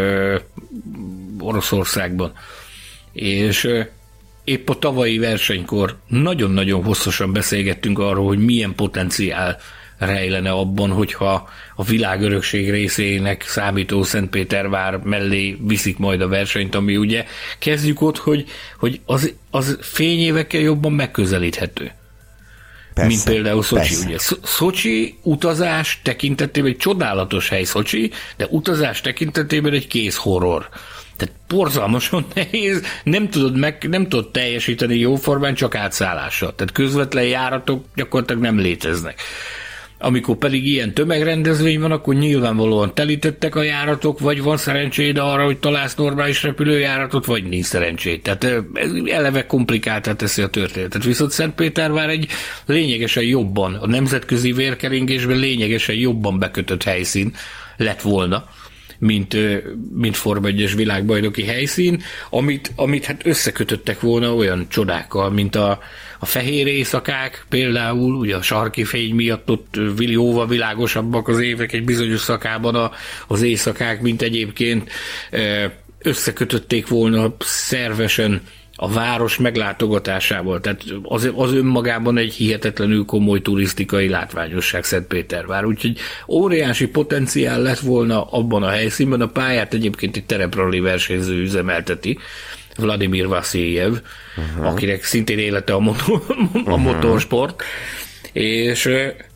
Oroszországban. És épp a tavalyi versenykor nagyon-nagyon hosszasan beszélgettünk arról, hogy milyen potenciál rejlene abban, hogyha a világörökség részének számító Szentpétervár mellé viszik majd a versenyt, ami ugye kezdjük ott, hogy az fényévekkel jobban megközelíthető. Persze, mint például Szocsi. Ugye. Szocsi utazás tekintetében egy csodálatos hely Szocsi, de utazás tekintetében egy kész horror. Tehát borzalmasan nehéz, nem tudod teljesíteni jóformán, csak átszállással. Tehát közvetlen járatok gyakorlatilag nem léteznek. Amikor pedig ilyen tömegrendezvény van, akkor nyilvánvalóan telítettek a járatok, vagy van szerencséd arra, hogy találsz normális repülőjáratot, vagy nincs szerencséd. Tehát ez eleve komplikáltá teszi a történetet. Viszont Szentpétervár egy lényegesen jobban, a nemzetközi vérkeringésben lényegesen jobban bekötött helyszín lett volna, mint Forma 1-es világbajnoki helyszín, amit hát összekötöttek volna olyan csodákkal, mint a fehér éjszakák, például ugye a sarki fény miatt ott jóval világosabbak az évek egy bizonyos szakában az éjszakák, mint egyébként összekötötték volna szervesen a város meglátogatásával. Tehát az önmagában egy hihetetlenül komoly turisztikai látványosság Szentpétervár. Úgyhogy óriási potenciál lett volna abban a helyszínben. A pályát egyébként egy terepralli versenyző üzemelteti, Vladimir Vasiljev, akinek szintén élete a motorsport, és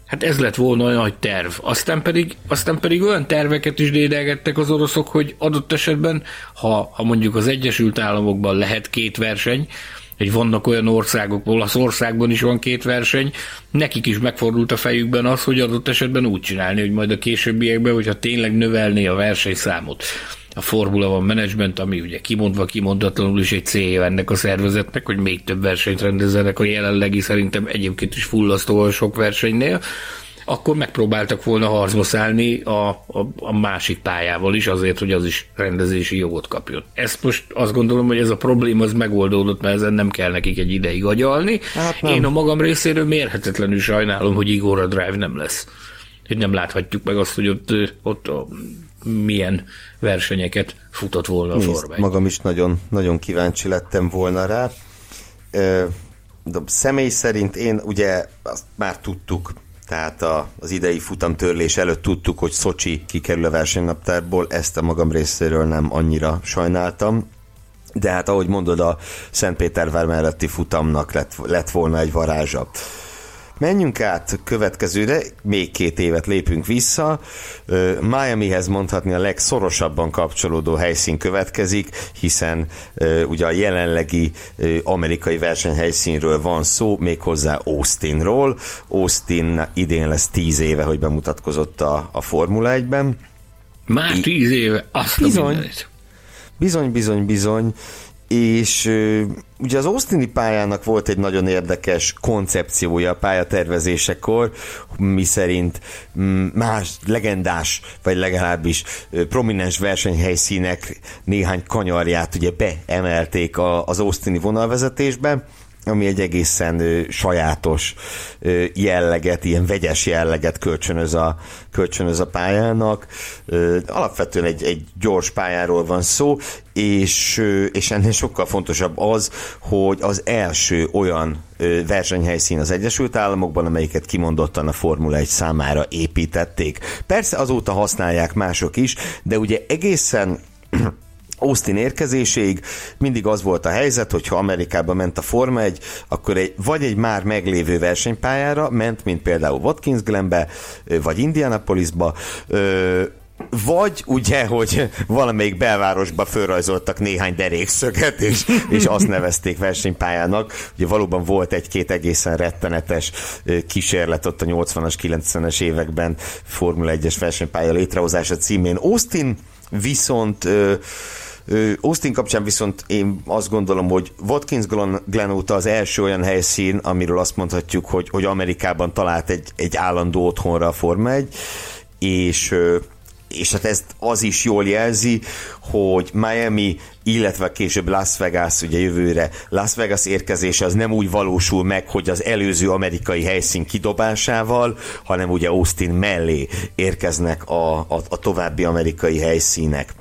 Hát ez lett volna a nagy terv. Aztán pedig olyan terveket is dédelgettek az oroszok, hogy adott esetben, ha mondjuk az Egyesült Államokban lehet 2 verseny, hogy vannak olyan országok, Olaszországban is van 2 verseny, nekik is megfordult a fejükben az, hogy adott esetben úgy csinálni, hogy majd a későbbiekben, hogyha tényleg növelné a versenyszámot a Formula One Management, ami ugye kimondatlanul is egy célja ennek a szervezetnek, hogy még több versenyt rendezzenek a jelenlegi, szerintem egyébként is fullasztóan sok versenynél, akkor megpróbáltak volna harcba szállni a másik pályával is, azért, hogy az is rendezési jogot kapjon. Ezt most azt gondolom, hogy ez a probléma az megoldódott, mert ezen nem kell nekik egy ideig agyalni. Hát én a magam részéről mérhetetlenül sajnálom, hogy Igorra Drive nem lesz. Hogy nem láthatjuk meg azt, hogy ott milyen versenyeket futott volna a Forma 1. Magam is nagyon, nagyon kíváncsi lettem volna rá. De személy szerint én ugye azt már tudtuk, tehát az idei futamtörlés előtt tudtuk, hogy Szocsi kikerül a versenynaptárból, ezt a magam részéről nem annyira sajnáltam. De hát ahogy mondod, a Szentpétervár melletti futamnak lett volna egy varázsa. Menjünk át következőre, még 2 évet lépünk vissza. Miamihez mondhatni a legszorosabban kapcsolódó helyszín következik, hiszen ugye a jelenlegi amerikai versenyhelyszínről van szó, méghozzá Austinról. Austin idén lesz 10 éve, hogy bemutatkozott a Formula 1-ben. Már 10 éve? Azt Bizony. És ugye az austini pályának volt egy nagyon érdekes koncepciója a pályatervezésekor, miszerint más legendás, vagy legalábbis prominens versenyhelyszínek néhány kanyarját ugye beemelték az austini vonalvezetésbe, ami egy egészen sajátos jelleget, ilyen vegyes jelleget kölcsönöz a pályának. Alapvetően egy gyors pályáról van szó, és ennél sokkal fontosabb az, hogy az első olyan versenyhelyszín az Egyesült Államokban, amelyiket kimondottan a Formula 1 számára építették. Persze azóta használják mások is, de ugye egészen Austin érkezéséig mindig az volt a helyzet, hogyha Amerikába ment a Forma 1, akkor vagy egy már meglévő versenypályára ment, mint például Watkins Glenbe, vagy Indianapolisba, vagy ugye, hogy valamelyik belvárosba fölrajzoltak néhány derékszöget, és azt nevezték versenypályának. Ugye valóban volt 1-2 egészen rettenetes kísérlet ott a 80-as, 90-es években Formula 1-es versenypálya létrehozása címén. Austin kapcsán viszont én azt gondolom, hogy Watkins Glen óta az első olyan helyszín, amiről azt mondhatjuk, hogy Amerikában talált egy állandó otthonra a Forma 1, és hát ezt az is jól jelzi, hogy Miami, illetve később Las Vegas, ugye jövőre Las Vegas érkezése az nem úgy valósul meg, hogy az előző amerikai helyszín kidobásával, hanem ugye Austin mellé érkeznek a további amerikai helyszínek.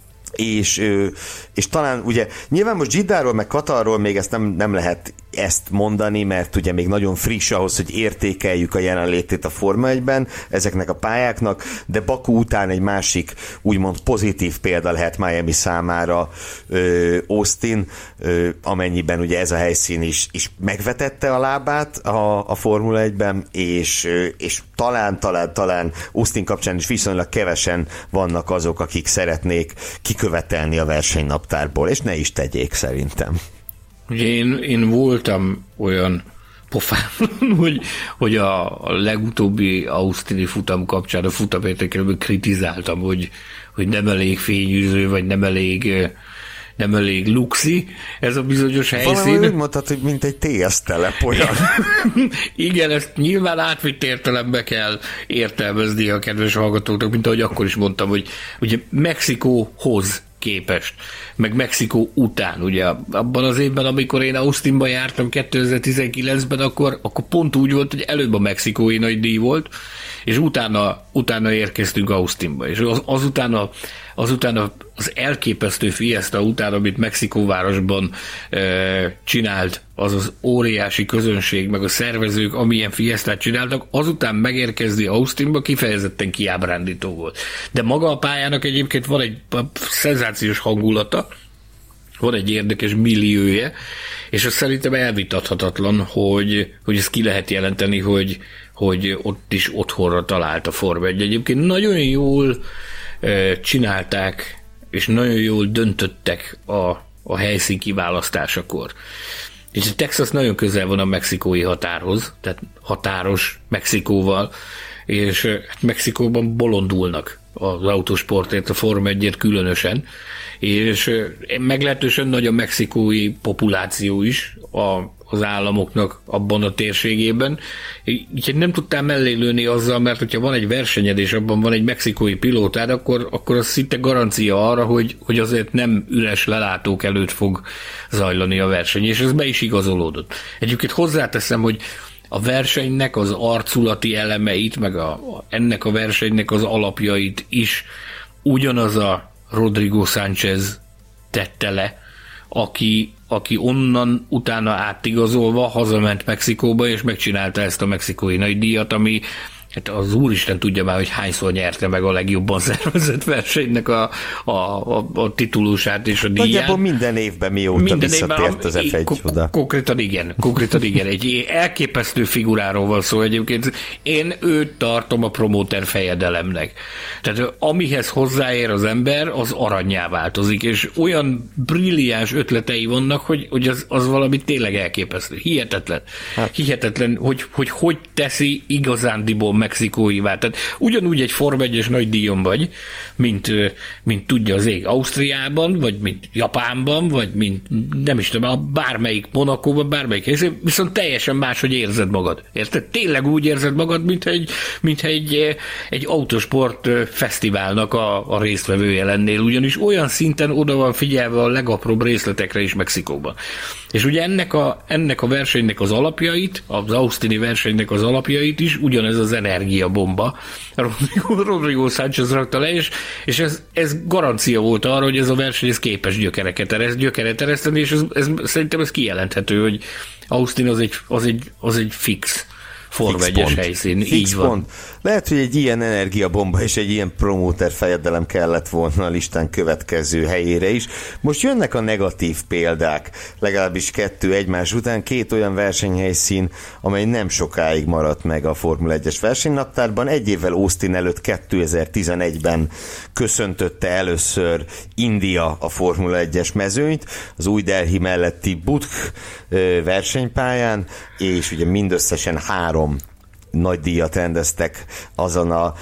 És talán ugye nyilván most Jeddáról meg Katarról még ezt nem lehet ezt mondani, mert ugye még nagyon friss ahhoz, hogy értékeljük a jelenlétét a Forma 1-ben ezeknek a pályáknak, de Baku után egy másik úgymond pozitív példa lehet Miami számára Austin, amennyiben ugye ez a helyszín is megvetette a lábát a Formula 1-ben, és talán Austin kapcsán is viszonylag kevesen vannak azok, akik szeretnék kikövetelni a versenynaptárból, és ne is tegyék szerintem. Ugye én voltam olyan pofán, hogy a legutóbbi austini futam kapcsán a futamértékelőben kritizáltam, hogy nem elég fényűző, vagy nem elég luxi ez a bizonyos helyszín. Valami úgy mondtad, hogy mint egy TS telep olyan. Igen, ezt nyilván átvitt értelembe kell értelmezni a kedves hallgatóknak, mint ahogy akkor is mondtam, hogy ugye Mexikóhoz képest, meg Mexikó után, ugye abban az évben, amikor én Austinba jártam 2019-ben, akkor pont úgy volt, hogy előbb a mexikói nagydíj volt, és utána érkeztünk Austinba, és azután az elképesztő fiesta után, amit Mexikóvárosban csinált az óriási közönség, meg a szervezők, amilyen fiestát csináltak, azután megérkezni Austinba kifejezetten kiábrándító volt. De maga a pályának egyébként van egy szenzációs hangulata, van egy érdekes milliója, és azt szerintem elvitathatatlan, hogy ezt ki lehet jelenteni, hogy ott is otthonra talált a Forma 1. Egyébként nagyon jól csinálták, és nagyon jól döntöttek a helyszín kiválasztásakor. És a Texas nagyon közel van a mexikói határhoz, tehát határos Mexikóval, és Mexikóban bolondulnak az autósportért, a Forma 1-ért különösen, és meglehetősen nagy a mexikói populáció is az államoknak abban a térségében. Úgyhogy nem tudtál mellé lőni azzal, mert hogyha van egy versenyed, és abban van egy mexikói pilótád, akkor az szinte garancia arra, hogy azért nem üres lelátók előtt fog zajlani a verseny, és ez be is igazolódott. Egyébként hozzáteszem, hogy a versenynek az arculati elemeit, meg ennek a versenynek az alapjait is ugyanaz a Rodrigo Sánchez tette le, aki onnan utána átigazolva hazament Mexikóba, és megcsinálta ezt a mexikói nagydíjat, ami hát az úristen tudja már, hogy hányszor nyerte meg a legjobban szervezett versenynek a titulusát és a díját. Nagyjából minden évben mióta visszatért az F1 oda. Konkrétan igen. Egy elképesztő figuráról van szó egyébként. Én őt tartom a promóter fejedelemnek. Tehát amihez hozzáér az ember, az arannyá változik, és olyan brilliáns ötletei vannak, hogy az valami tényleg elképesztő. Hihetetlen, hogy teszi igazándiból mexikóivá. Tehát ugyanúgy egy Forma 1-es nagy díjon vagy, mint tudja az ég Ausztriában, vagy mint Japánban, vagy mint nem is tudom, bármelyik Monakóban, bármelyik helyszín, viszont teljesen máshogy érzed magad. Érted? Tényleg úgy érzed magad, mintha egy autosport fesztiválnak a résztvevője lennél, ugyanis olyan szinten oda van figyelve a legapróbb részletekre is Mexikóban. És ugye ennek a versenynek az alapjait, az Austini versenynek az alapjait is ugyanez az energiabomba Rodrigo Sánchez rakta le, és ez garancia volt arra, hogy ez a verseny ez képes gyökeret ereszteni, és szerintem ez kijelenthető, hogy Austin az egy fix Forma 1-es helyszín. Így van. Pont. Lehet, hogy egy ilyen energiabomba és egy ilyen promóter fejedelem kellett volna a listán következő helyére is. Most jönnek a negatív példák, legalábbis 2 egymás után, 2 olyan versenyhelyszín, amely nem sokáig maradt meg a Formula 1-es versenynaptárban. Egy évvel Austin előtt 2011-ben köszöntötte először India a Formula 1-es mezőnyt, az új Delhi melletti Butch versenypályán, és ugye mindösszesen 3 nagy díjat rendeztek azon a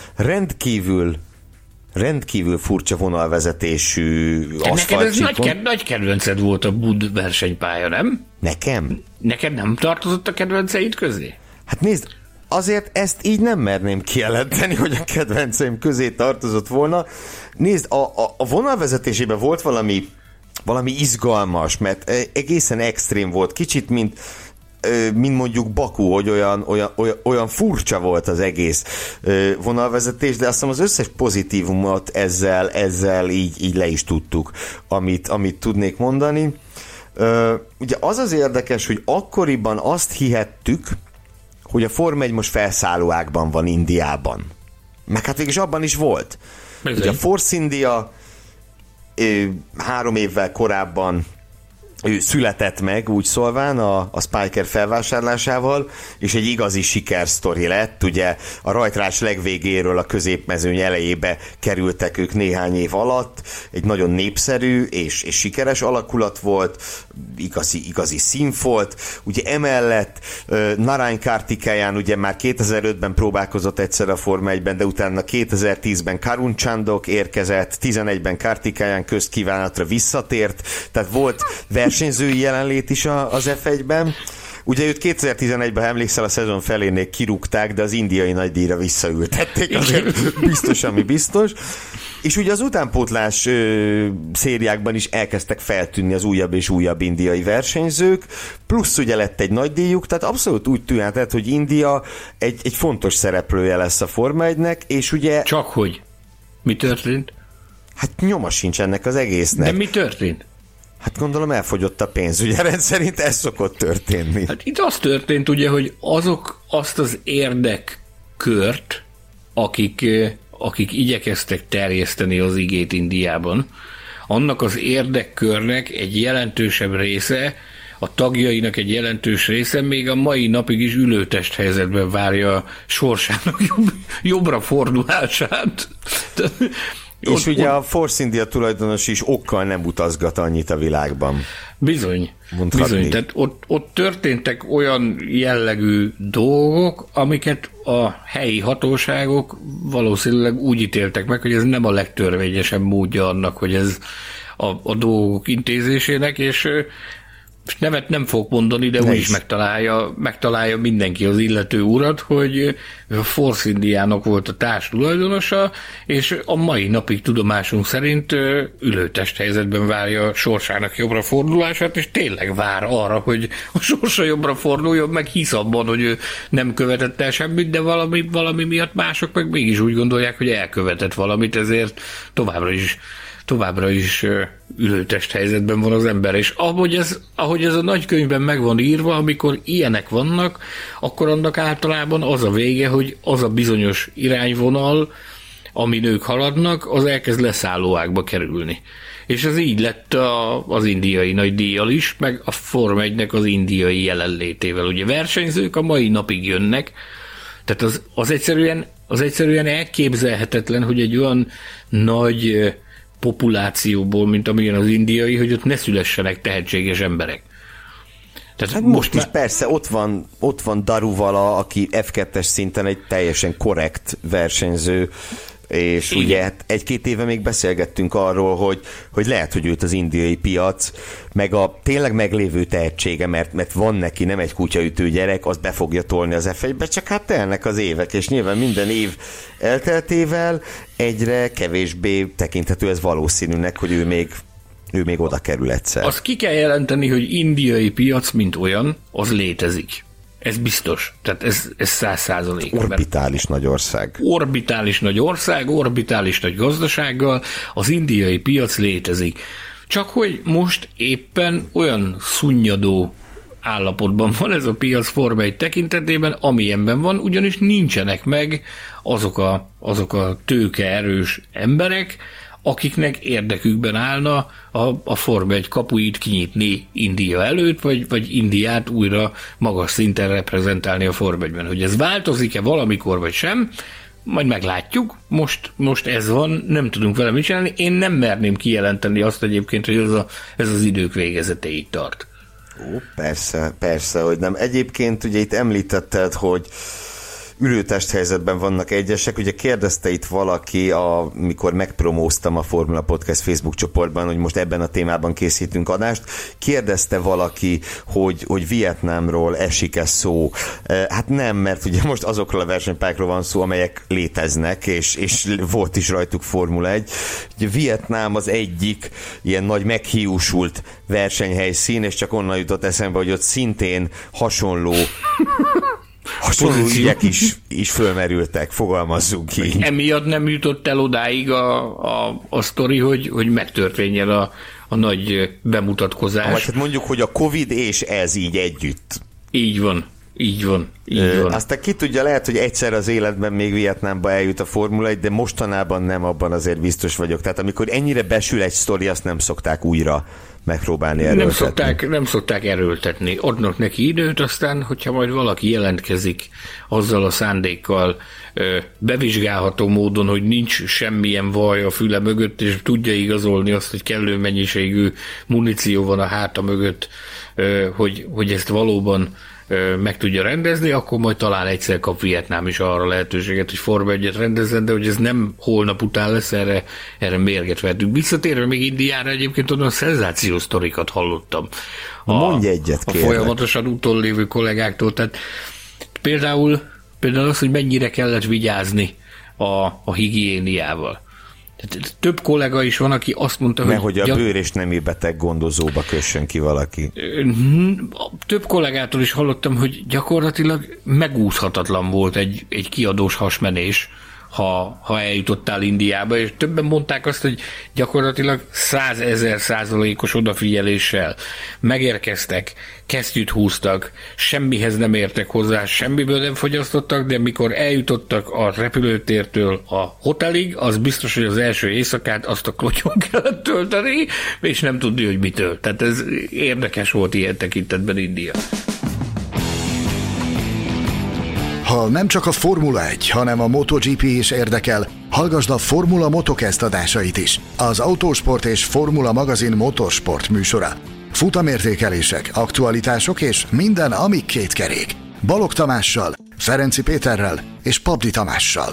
rendkívül furcsa vonalvezetésű aszfaltcsíkon. Neked ez nagy kedvenced volt a Bud versenypálya, nem? Nekem? Neked nem tartozott a kedvenceid közé? Hát nézd, azért ezt így nem merném kijelenteni, hogy a kedvenceim közé tartozott volna. Nézd, a vonalvezetésében volt valami izgalmas, mert egészen extrém volt, kicsit mint mondjuk Baku, hogy olyan furcsa volt az egész vonalvezetés, de azt hiszem az összes pozitívumot ezzel így le is tudtuk, amit tudnék mondani. Ugye az érdekes, hogy akkoriban azt hihettük, hogy a Forma 1 most felszálló ágban van Indiában. Meg hát végülis abban is volt. Ugye a Force India 3 évvel korábban született meg, úgy szólván, a Spyker felvásárlásával, és egy igazi sikersztori lett. Ugye a rajtrás legvégéről a középmezőny elejébe kerültek ők néhány év alatt. Egy nagyon népszerű és sikeres alakulat volt, igazi színf volt. Ugye emellett Narain Karthikeyan ugye már 2005-ben próbálkozott egyszer a Forma 1-ben, de utána 2010-ben Karun Chandok érkezett, 11-ben Karthikeyan közkívánatra visszatért, tehát volt versenyzői jelenlét is az F1-ben. Ugye őt 2011-ben, emlékszel, a szezon felénél kirúgták, de az indiai nagydíjra visszaültették, azért biztos, ami biztos. És ugye az utánpótlás szériákban is elkezdtek feltűnni az újabb és újabb indiai versenyzők, plusz ugye lett egy nagydíjuk, tehát abszolút úgy tűnhetett, hogy India egy fontos szereplője lesz a Forma 1-nek, és ugye... Csakhogy? Mi történt? Hát nyoma sincs ennek az egésznek. De mi történt? Hát gondolom elfogyott a pénz, ugye rendszerint ez szokott történni. Hát itt az történt ugye, hogy azt az érdekkört, akik igyekeztek terjeszteni az igét Indiában, annak az érdekkörnek egy jelentősebb része, a tagjainak egy jelentős része még a mai napig is ülőtest helyzetben várja sorsának jobbra fordulását. És ugye a Force India tulajdonos is okkal nem utazgat annyit a világban. Bizony. Tehát ott történtek olyan jellegű dolgok, amiket a helyi hatóságok valószínűleg úgy ítéltek meg, hogy ez nem a legtörvényesebb módja annak, hogy ez a dolgok intézésének, és nevet nem fogok mondani, de úgy is megtalálja mindenki az illető urat, hogy a Force Indiának volt a társtulajdonosa, és a mai napig tudomásunk szerint ülőtest helyzetben várja sorsának jobbra fordulását, és tényleg vár arra, hogy a sorsa jobbra forduljon, meg hisz abban, hogy ő nem követett el semmit, de valami miatt mások meg mégis úgy gondolják, hogy elkövetett valamit, ezért továbbra is ülőtest helyzetben van az ember, és ahogy ez a nagykönyvben meg van írva, amikor ilyenek vannak, akkor annak általában az a vége, hogy az a bizonyos irányvonal, amin ők haladnak, az elkezd leszállóákba kerülni. És ez így lett az indiai nagydíjjal is, meg a Forma 1-nek az indiai jelenlétével. Ugye versenyzők a mai napig jönnek, tehát az egyszerűen elképzelhetetlen, hogy egy olyan nagy populációból, mint amilyen az indiai, hogy ott ne szülessenek tehetséges emberek. Tehát hát most is persze, ott van Daruvala, aki F2-es szinten egy teljesen korrekt versenyző, és igen. Ugye hát 1-2 éve még beszélgettünk arról, hogy lehet, hogy őt az indiai piac, meg a tényleg meglévő tehetsége, mert van neki nem egy kutyaütő gyerek, az be fogja tolni az F1-be, csak hát telnek az évek, és nyilván minden év elteltével egyre kevésbé tekinthető ez valószínűnek, hogy ő még oda kerül egyszer. Azt ki kell jelenteni, hogy indiai piac, mint olyan, az létezik. Ez biztos. Tehát ez 100%. Orbitális nagy ország. Orbitális nagy ország, orbitális nagy gazdasággal az indiai piac létezik. Csak hogy most éppen olyan szunnyadó állapotban van ez a piac Forma 1 tekintetében, amilyenben van, ugyanis nincsenek meg azok a tőkeerős emberek, akiknek érdekükben állna a Forma 1 kapuit kinyitni India előtt, vagy Indiát újra magas szinten reprezentálni a Forma 1-ben. Hogy ez változik-e valamikor, vagy sem, majd meglátjuk. Most ez van, nem tudunk vele mit csinálni. Én nem merném kijelenteni azt egyébként, hogy ez az idők végezetéig tart. Ó, persze, hogy nem. Egyébként ugye itt említetted, hogy ülőtest helyzetben vannak egyesek. Ugye kérdezte itt valaki, amikor megpromóztam a Formula Podcast Facebook csoportban, hogy most ebben a témában készítünk adást, kérdezte valaki, hogy Vietnámról esik-e szó. Hát nem, mert ugye most azokról a versenypályákról van szó, amelyek léteznek, és volt is rajtuk Formula 1. Ugye Vietnám az egyik ilyen nagy meghiúsult versenyhelyszín, és csak onnan jutott eszembe, hogy ott szintén hasonló ügyek is fölmerültek, fogalmazzunk ki. Emiatt nem jutott el odáig a sztori, hogy megtörténjen a nagy bemutatkozás. Hát mondjuk, hogy a Covid és ez így együtt. Így van. Aztán ki tudja, lehet, hogy egyszer az életben még Vietnámba eljut a Formula 1, de mostanában nem, abban azért biztos vagyok. Tehát amikor ennyire besül egy sztori, azt nem szokták újra megpróbálni erőltetni. Nem szokták erőltetni. Adnak neki időt, aztán, hogyha majd valaki jelentkezik azzal a szándékkal, bevizsgálható módon, hogy nincs semmilyen vaj a füle mögött, és tudja igazolni azt, hogy kellő mennyiségű muníció van a háta mögött, hogy ezt valóban meg tudja rendezni, akkor majd talán egyszer kap Vietnám is arra lehetőséget, hogy Forma 1-et rendezzen, de hogy ez nem holnap után lesz, erre mérget vettünk. Visszatérve még Indiára, egyébként onnan szenzációs sztorikat hallottam. Mondj egyet, kérlek. A folyamatosan úton lévő kollégáktól. Tehát például az, hogy mennyire kellett vigyázni a higiéniával. Tehát több kollega is van, aki azt mondta, hogy a bőr- és nemi beteg gondozóba kössön ki valaki. Több kollégától is hallottam, hogy gyakorlatilag megúszhatatlan volt egy kiadós hasmenés, ha eljutottál Indiába, és többen mondták azt, hogy gyakorlatilag 100 000% odafigyeléssel megérkeztek, kesztyűt húztak, semmihez nem értek hozzá, semmiből nem fogyasztottak, de mikor eljutottak a repülőtértől a hotelig, az biztos, hogy az első éjszakát azt a klotyon kellett tölteni, és nem tudni, hogy mitől. Tehát ez érdekes volt ilyen tekintetben India. Ha nem csak a Formula 1, hanem a MotoGP is érdekel, hallgasd a Formula Motocast adásait is. Az Autósport és Formula magazin motorsport műsora. Futamértékelések, aktualitások és minden, ami két kerék. Balogh Tamással, Ferenci Péterrel és Pabdi Tamással.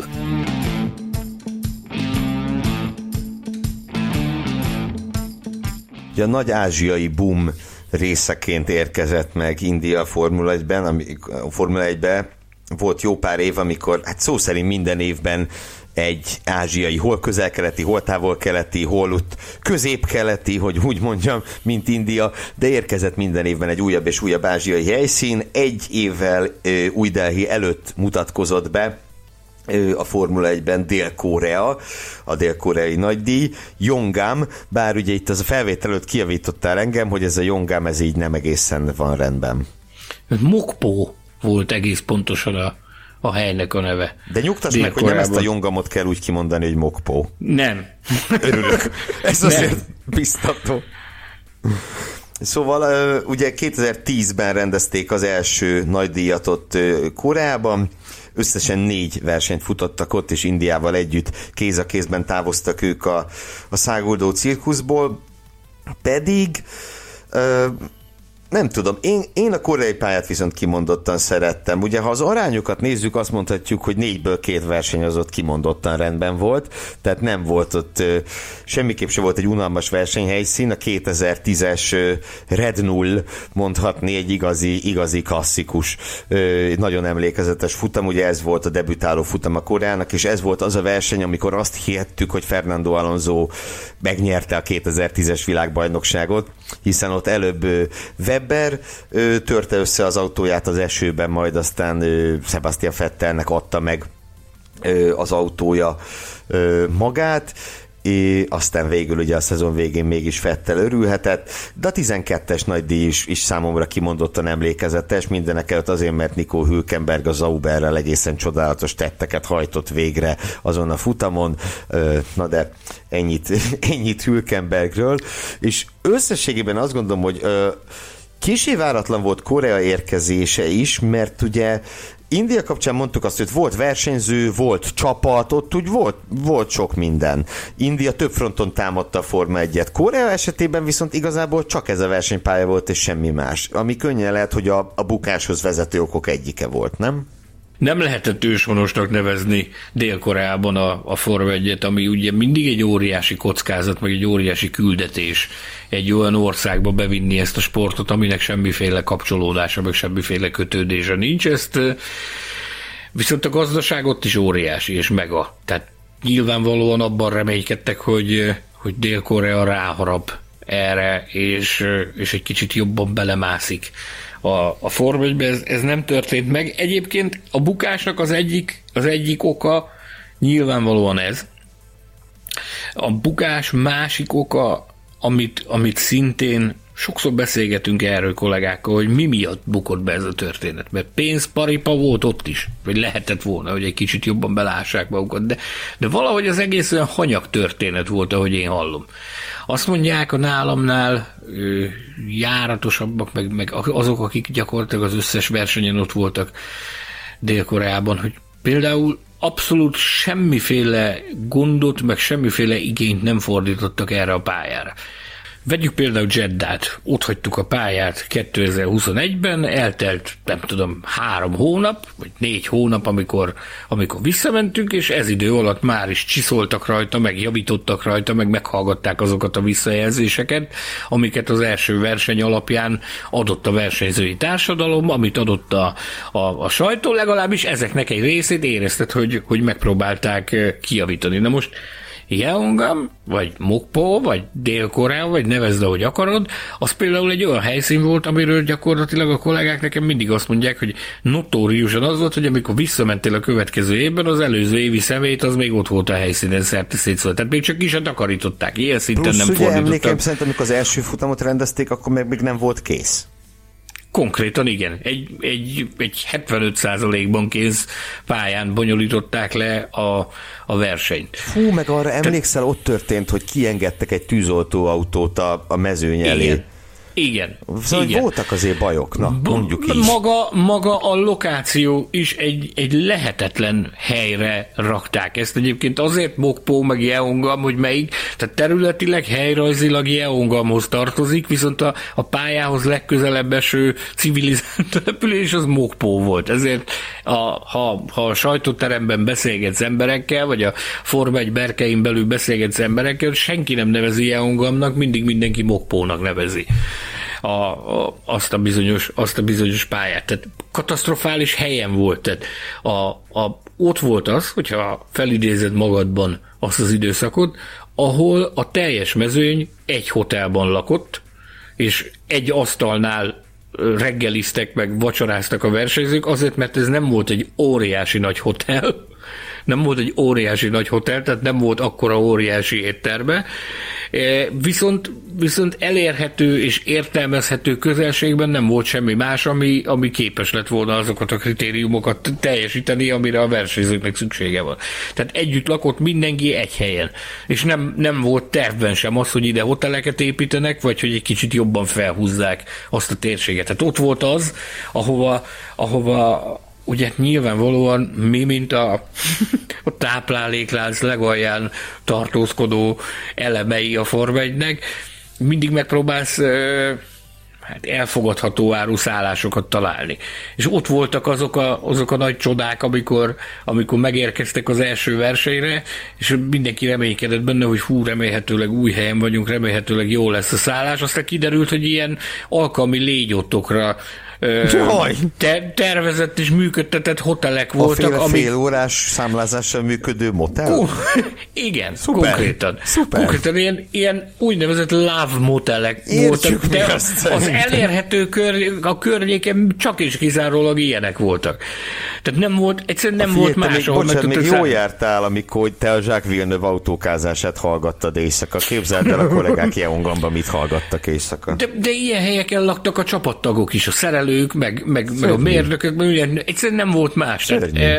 A nagy ázsiai boom részeként érkezett meg India a Formula 1-ben, volt jó pár év, amikor hát szó szerint minden évben egy ázsiai, hol közel-keleti, hol távol-keleti, hol ott közép-keleti, hogy úgy mondjam, mint India, de érkezett minden évben egy újabb és újabb ázsiai helyszín. Egy évvel Új Delhi előtt mutatkozott be a Formula 1-ben Dél-Korea, a dél-koreai nagydíj, Yongam, bár ugye itt az a felvétel előtt kijavítottál engem, hogy ez a Yongam, ez így nem egészen van rendben. Mokpo volt egész pontosan a helynek a neve. De nyugtass meg, hogy nem ezt a Yongamot kell úgy kimondani, hogy Mokpo. Nem. Örülök. Ez azért biztató. Szóval ugye 2010-ben rendezték az első nagydíjat ott Koreában, összesen 4 versenyt futottak ott, és Indiával együtt kéz a kézben távoztak ők a száguldó cirkuszból, pedig nem tudom, én a koreai pályát viszont kimondottan szerettem. Ugye, ha az arányokat nézzük, azt mondhatjuk, hogy 4-ből 2 verseny az ott kimondottan rendben volt, tehát nem volt ott, semmiképp se volt egy unalmas versenyhelyszín, a 2010-es Red Bull mondhatni egy igazi klasszikus, nagyon emlékezetes futam, ugye ez volt a debütáló futam a Koreának, és ez volt az a verseny, amikor azt hihettük, hogy Fernando Alonso megnyerte a 2010-es világbajnokságot, hiszen ott előbb Webber törte össze az autóját az esőben, majd aztán Sebastian Vettelnek adta meg az autója magát, aztán végül ugye a szezon végén mégis Vettel örülhetett, de a 12-es nagydíj is számomra kimondottan emlékezetes, mindenek előtt azért, mert Nico Hülkenberg a Sauberrel egészen csodálatos tetteket hajtott végre azon a futamon, na de ennyit Hülkenbergről, és összességében azt gondolom, hogy kissé váratlan volt Korea érkezése is, mert ugye India kapcsán mondtuk azt, hogy volt versenyző, volt csapat, ott úgy volt sok minden. India több fronton támadta a Forma 1-et. Korea esetében viszont igazából csak ez a versenypálya volt, és semmi más. Ami könnyen lehet, hogy a bukáshoz vezető okok egyike volt, nem? Nem lehetett őshonosnak nevezni Dél-Koreában a Forma 1-et, ami ugye mindig egy óriási kockázat, meg egy óriási küldetés egy olyan országba bevinni ezt a sportot, aminek semmiféle kapcsolódása, meg semmiféle kötődése nincs. Ezt viszont a gazdaság ott is óriási és mega. Tehát nyilvánvalóan abban reménykedtek, hogy Dél-Korea ráharap erre, és egy kicsit jobban belemászik a Forma 1-be. Ez nem történt meg. Egyébként a bukásnak az egyik oka nyilvánvalóan ez. A bukás másik oka, amit szintén sokszor beszélgetünk erről kollégákkal, hogy mi miatt bukott be ez a történet. Mert pénzparipa volt ott is, vagy lehetett volna, hogy egy kicsit jobban belássák magukat, de valahogy az egész olyan hanyag történet volt, ahogy én hallom. Azt mondják a nálamnál járatosabbak, meg azok, akik gyakorlatilag az összes versenyen ott voltak Dél-Koreában, hogy például abszolút semmiféle gondot, meg semmiféle igényt nem fordítottak erre a pályára. Vegyük például Jeddát, ott hagytuk a pályát 2021-ben, eltelt, nem tudom, 3 hónap, vagy 4 hónap, amikor visszamentünk, és ez idő alatt már is csiszoltak rajta, meg javítottak rajta, meg meghallgatták azokat a visszajelzéseket, amiket az első verseny alapján adott a versenyzői társadalom, amit adott a sajtó, legalábbis ezeknek egy részét érezted, hogy megpróbálták kijavítani. Na most Yeongam, vagy Mokpo, vagy Dél-Korea, vagy nevezd, ahogy akarod, az például egy olyan helyszín volt, amiről gyakorlatilag a kollégák nekem mindig azt mondják, hogy notóriusan az volt, hogy amikor visszamentél a következő évben, az előző évi szemét, az még ott volt a helyszínen szerte szétszólt. Tehát még csak ki sem takarították. Ilyen szinten plusz, nem ugye fordítottak. Emlékeim szerint, amikor az első futamot rendezték, akkor még nem volt kész. Konkrétan igen. Egy 75%-ban kész pályán bonyolították le a versenyt. Fú, meg arra emlékszel, ott történt, hogy kiengedtek egy tűzoltóautót a mezőny elé. Igen. Szóval igen. Voltak azért bajok, na, mondjuk így. Maga a lokáció is egy lehetetlen helyre rakták ezt. Egyébként azért Mokpo meg Yeongam, hogy melyik, tehát területileg, helyrajzilag Yeongamhoz tartozik, viszont a pályához legközelebb eső civilizált település az Mokpo volt. Ezért ha a sajtóteremben beszélgetsz emberekkel, vagy a Forma 1 berkein belül beszélgetsz emberekkel, senki nem nevezi Yeongamnak, mindig mindenki Mokpónak nevezi. Azt a bizonyos pályát. Tehát katasztrofális helyen volt. Tehát ott volt az, hogyha felidézed magadban azt az időszakot, ahol a teljes mezőny egy hotelban lakott, és egy asztalnál reggeliztek, meg vacsoráztak a versenyzők, azért, mert ez nem volt egy óriási nagy hotel, tehát nem volt akkora óriási étterme, viszont elérhető és értelmezhető közelségben nem volt semmi más, ami képes lett volna azokat a kritériumokat teljesíteni, amire a versenyzőknek szüksége van. Tehát együtt lakott mindenki egy helyen, és nem volt tervben sem az, hogy ide hoteleket építenek, vagy hogy egy kicsit jobban felhúzzák azt a térséget. Tehát ott volt az, ahova ugye nyilvánvalóan mi, mint a tápláléklánc legalján tartózkodó elemei a Forma 1-nek, mindig megpróbálsz elfogadható áru szállásokat találni. És ott voltak azok a nagy csodák, amikor megérkeztek az első versenyre, és mindenki reménykedett benne, hogy remélhetőleg új helyen vagyunk, remélhetőleg jó lesz a szállás. Aztán kiderült, hogy ilyen alkalmi légyottokra tervezett és működtetett hotelek voltak. A fél órás számlázással működő motel? Igen, szuper, konkrétan. Szuper. Konkrétan ilyen úgynevezett love motelek voltak. De az elérhető a környéken csak és kizárólag ilyenek voltak. Tehát nem volt, egyszerűen nem volt más, ahol meg még jól jártál, amikor te a Jacques Villeneuve autókázását hallgattad éjszaka. Képzeld el, a kollégák Yeongamban mit hallgattak éjszaka. De ilyen helyeken laktak a csapattagok is, a szerelők, meg a mérnökök, egyszerűen nem volt más.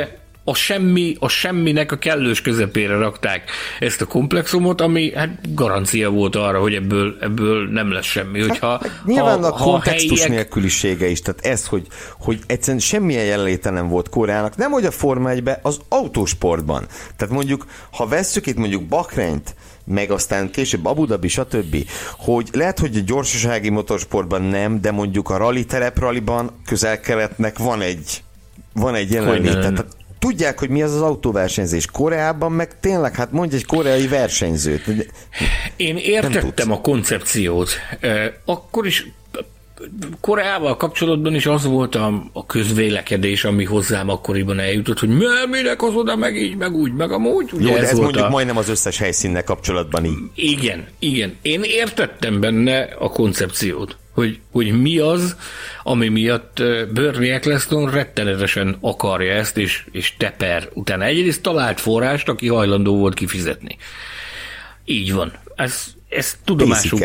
A semminek a kellős közepére rakták ezt a komplexumot, ami hát garancia volt arra, hogy ebből nem lesz semmi. Hogyha, nyilván a kontextus nélkülisége is, tehát ez, hogy egyszerűen semmilyen jelenléte nem volt Koreának, nem hogy a Forma 1-ben, az autósportban. Tehát mondjuk, ha vesszük itt mondjuk Bahreint, meg aztán később Abu Dhabi, stb., hogy lehet, hogy a gyorsasági motorsportban nem, de mondjuk a rally terepralliban Közel-Keletnek van egy jelenléte. Tehát tudják, hogy mi az autóversenyzés. Koreában meg tényleg, hát mondj egy koreai versenyzőt. Én értettem a koncepciót. Akkor is Koreával kapcsolatban is az volt a közvélekedés, ami hozzám akkoriban eljutott, hogy minek az oda, meg így, meg úgy, meg amúgy. Ugye jó, de ez mondjuk majdnem az összes helyszínnel kapcsolatban így. Igen. Én értettem benne a koncepciót, hogy mi az, ami miatt Bernie Ecclestone rettenetesen akarja ezt, és teper utána. Egyrészt talált forrást, aki hajlandó volt kifizetni. Így van. Ezt tudomásul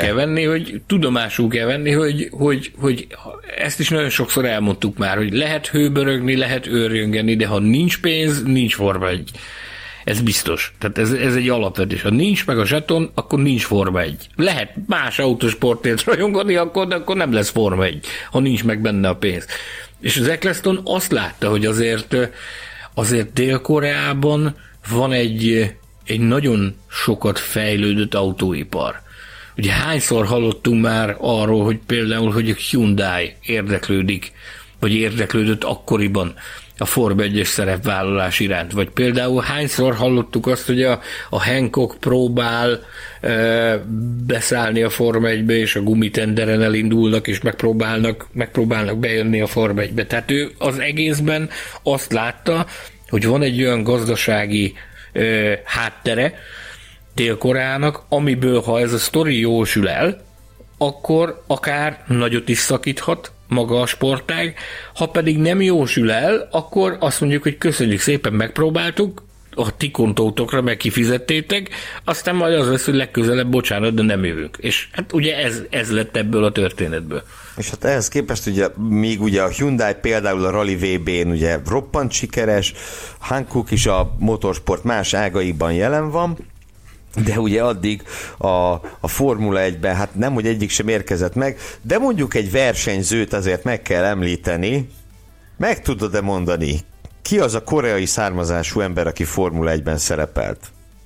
kell venni, hogy ezt is nagyon sokszor elmondtuk már, hogy lehet hőbörögni, lehet őrjöngeni, de ha nincs pénz, nincs Forma 1. Ez biztos. Tehát ez egy alapvetés. Ha nincs meg a zseton, akkor nincs Forma 1. Lehet más autósportért rajongani, akkor nem lesz Forma 1, ha nincs meg benne a pénz. És az Ecclestone azt látta, hogy azért Dél-Koreában van egy nagyon sokat fejlődött autóipar. Ugye hányszor hallottunk már arról, hogy például, hogy a Hyundai érdeklődik, vagy érdeklődött akkoriban a Forma 1-es szerepvállalás iránt, vagy például hányszor hallottuk azt, hogy a Hankook próbál beszállni a Forma 1-be, és a gumitenderen elindulnak, és megpróbálnak bejönni a Forma 1-be. Tehát ő az egészben azt látta, hogy van egy olyan gazdasági háttere, Dél-Koreának, amiből ha ez a sztori jól sül el, akkor akár nagyot is szakíthat maga a sportág, ha pedig nem jósül el, akkor azt mondjuk, hogy köszönjük szépen, megpróbáltuk, a ti kontótokra meg kifizettétek, aztán majd az lesz, hogy legközelebb bocsánat, de nem jövünk. És hát ugye ez lett ebből a történetből. És hát ehhez képest ugye, még ugye a Hyundai például a Rally VB-n ugye roppant sikeres, Hankook is a motorsport más ágaiban jelen van, de ugye addig a Formula 1-ben hát nem, hogy egyik sem érkezett meg, de mondjuk egy versenyzőt azért meg kell említeni. Meg tudod-e mondani, ki az a koreai származású ember, aki Formula 1-ben szerepelt?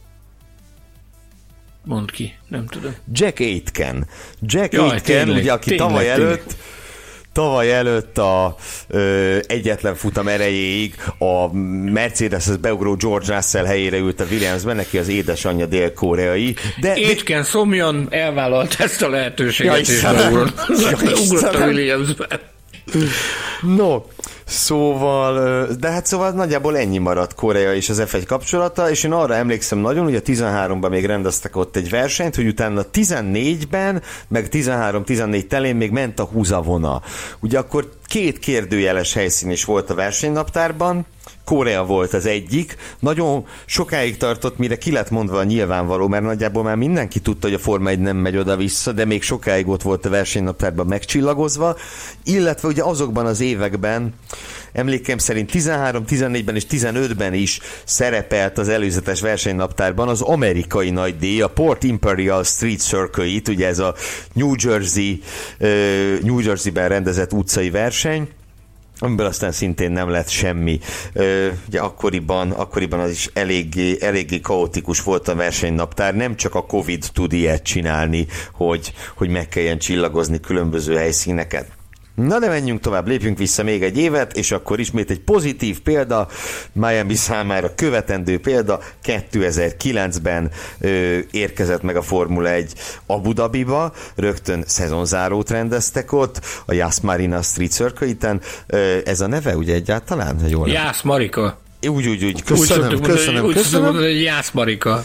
Mondd ki, nem tudom. Jack Aitken. Aitken, ugye, aki tavaly előtt a egyetlen futam erejéig a Mercedeshez beugró George Russell helyére ült a Williamsben, neki az édesanyja dél-koreai. Aitken szomjan elvállalt ezt a lehetőséget, és ugrott a Williamsben. No, szóval nagyjából ennyi maradt Korea és az F1 kapcsolata, és én arra emlékszem nagyon, hogy a 13-ban még rendeztek ott egy versenyt, hogy utána 14-ben, meg 13-14 telén még ment a húzavona. Ugye akkor 2 kérdőjeles helyszín is volt a versenynaptárban, Korea volt az egyik, nagyon sokáig tartott, mire ki lett mondva a nyilvánvaló, mert nagyjából már mindenki tudta, hogy a Forma 1 nem megy oda-vissza, de még sokáig ott volt a versenynaptárban megcsillagozva, illetve ugye azokban az években, emlékeim szerint 13, 14-ben és 15-ben is szerepelt az előzetes versenynaptárban az amerikai nagydíj, a Port Imperial Street Circuit, ugye ez a New Jersey-ben rendezett utcai verseny, amiből aztán szintén nem lett semmi. Ugye akkoriban az is eléggé kaotikus volt a versenynaptár, nem csak a Covid tud ilyet csinálni, hogy meg kelljen csillagozni különböző helyszíneket. Na de menjünk tovább, lépjünk vissza még egy évet, és akkor ismét egy pozitív példa, Miami számára követendő példa, 2009-ben érkezett meg a Formula 1 Abu Dhabiba, rögtön szezonzárót rendeztek ott, a Yas Marina Street Circuit-en. Ez a neve ugye egyáltalán? Yas Marika. Úgy. Köszönöm. Úgy hogy Yas Marika.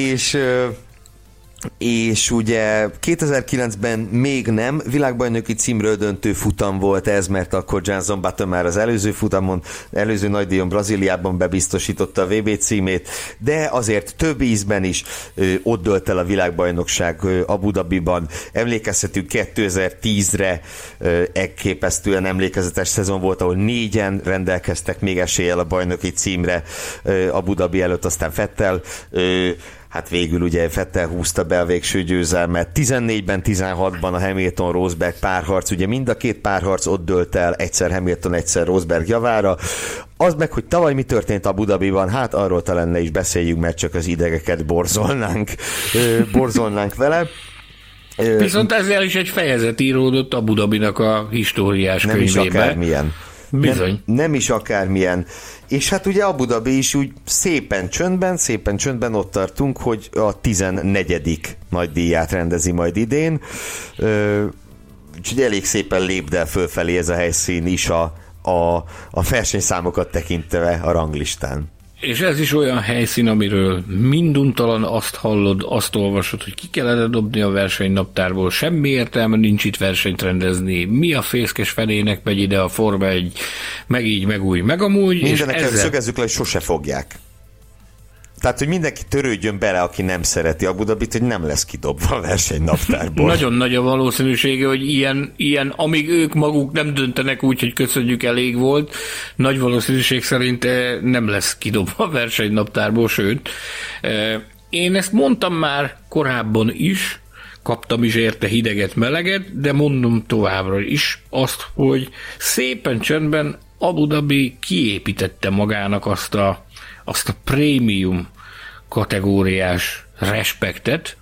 És ugye 2009-ben még nem, világbajnoki címről döntő futam volt ez, mert akkor Jenson Button már az előző nagydíjon Brazíliában bebiztosította a VB címét, de azért több ízben is ott dölt el a világbajnokság Abu Dhabiban. Emlékezhetünk 2010-re, elképesztően emlékezetes szezon volt, ahol 4-en rendelkeztek még eséllyel a bajnoki címre Abu Dhabi előtt, aztán Vettel hát végül ugye Vettel húzta be a végső győzelmet. 14-ben, 16-ban a Hamilton-Rosberg párharc, ugye mind a 2 párharc ott dőlt el, egyszer Hamilton, egyszer Rosberg javára. Az meg, hogy tavaly mi történt Abu Dhabiban, hát arról talán ne is beszéljünk, mert csak az idegeket borzolnánk vele. Viszont ezzel is egy fejezet íródott Abu Dhabinak a históriás könyvében. Nem is akármilyen. Bizony. Nem is akármilyen. És hát ugye Abu Dhabi is úgy szépen csöndben ott tartunk, hogy a 14. nagydíját rendezi majd idén. Úgyhogy elég szépen lépdel fölfelé ez a helyszín is a versenyszámokat tekintve a ranglistán. És ez is olyan helyszín, amiről minduntalan azt hallod, azt olvasod, hogy ki kellene dobni a versenynaptárból, semmi értelme nincs itt versenyt rendezni, mi a fészkes fenének megy ide a Forma 1, meg így, meg úgy, meg amúgy. Mindenek szögezzük le, hogy sose fogják. Tehát, hogy mindenki törődjön bele, aki nem szereti Abu Dhabit, hogy nem lesz kidobva a versenynaptárból. Nagyon nagy a valószínűsége, hogy ilyen, amíg ők maguk nem döntenek úgy, hogy köszönjük, elég volt, nagy valószínűség szerint nem lesz kidobva a versenynaptárból, sőt. Én ezt mondtam már korábban is, kaptam is érte hideget, meleget, de mondom továbbra is azt, hogy szépen csöndben Abu Dhabi kiépítette magának azt a prémium kategóriás respektet,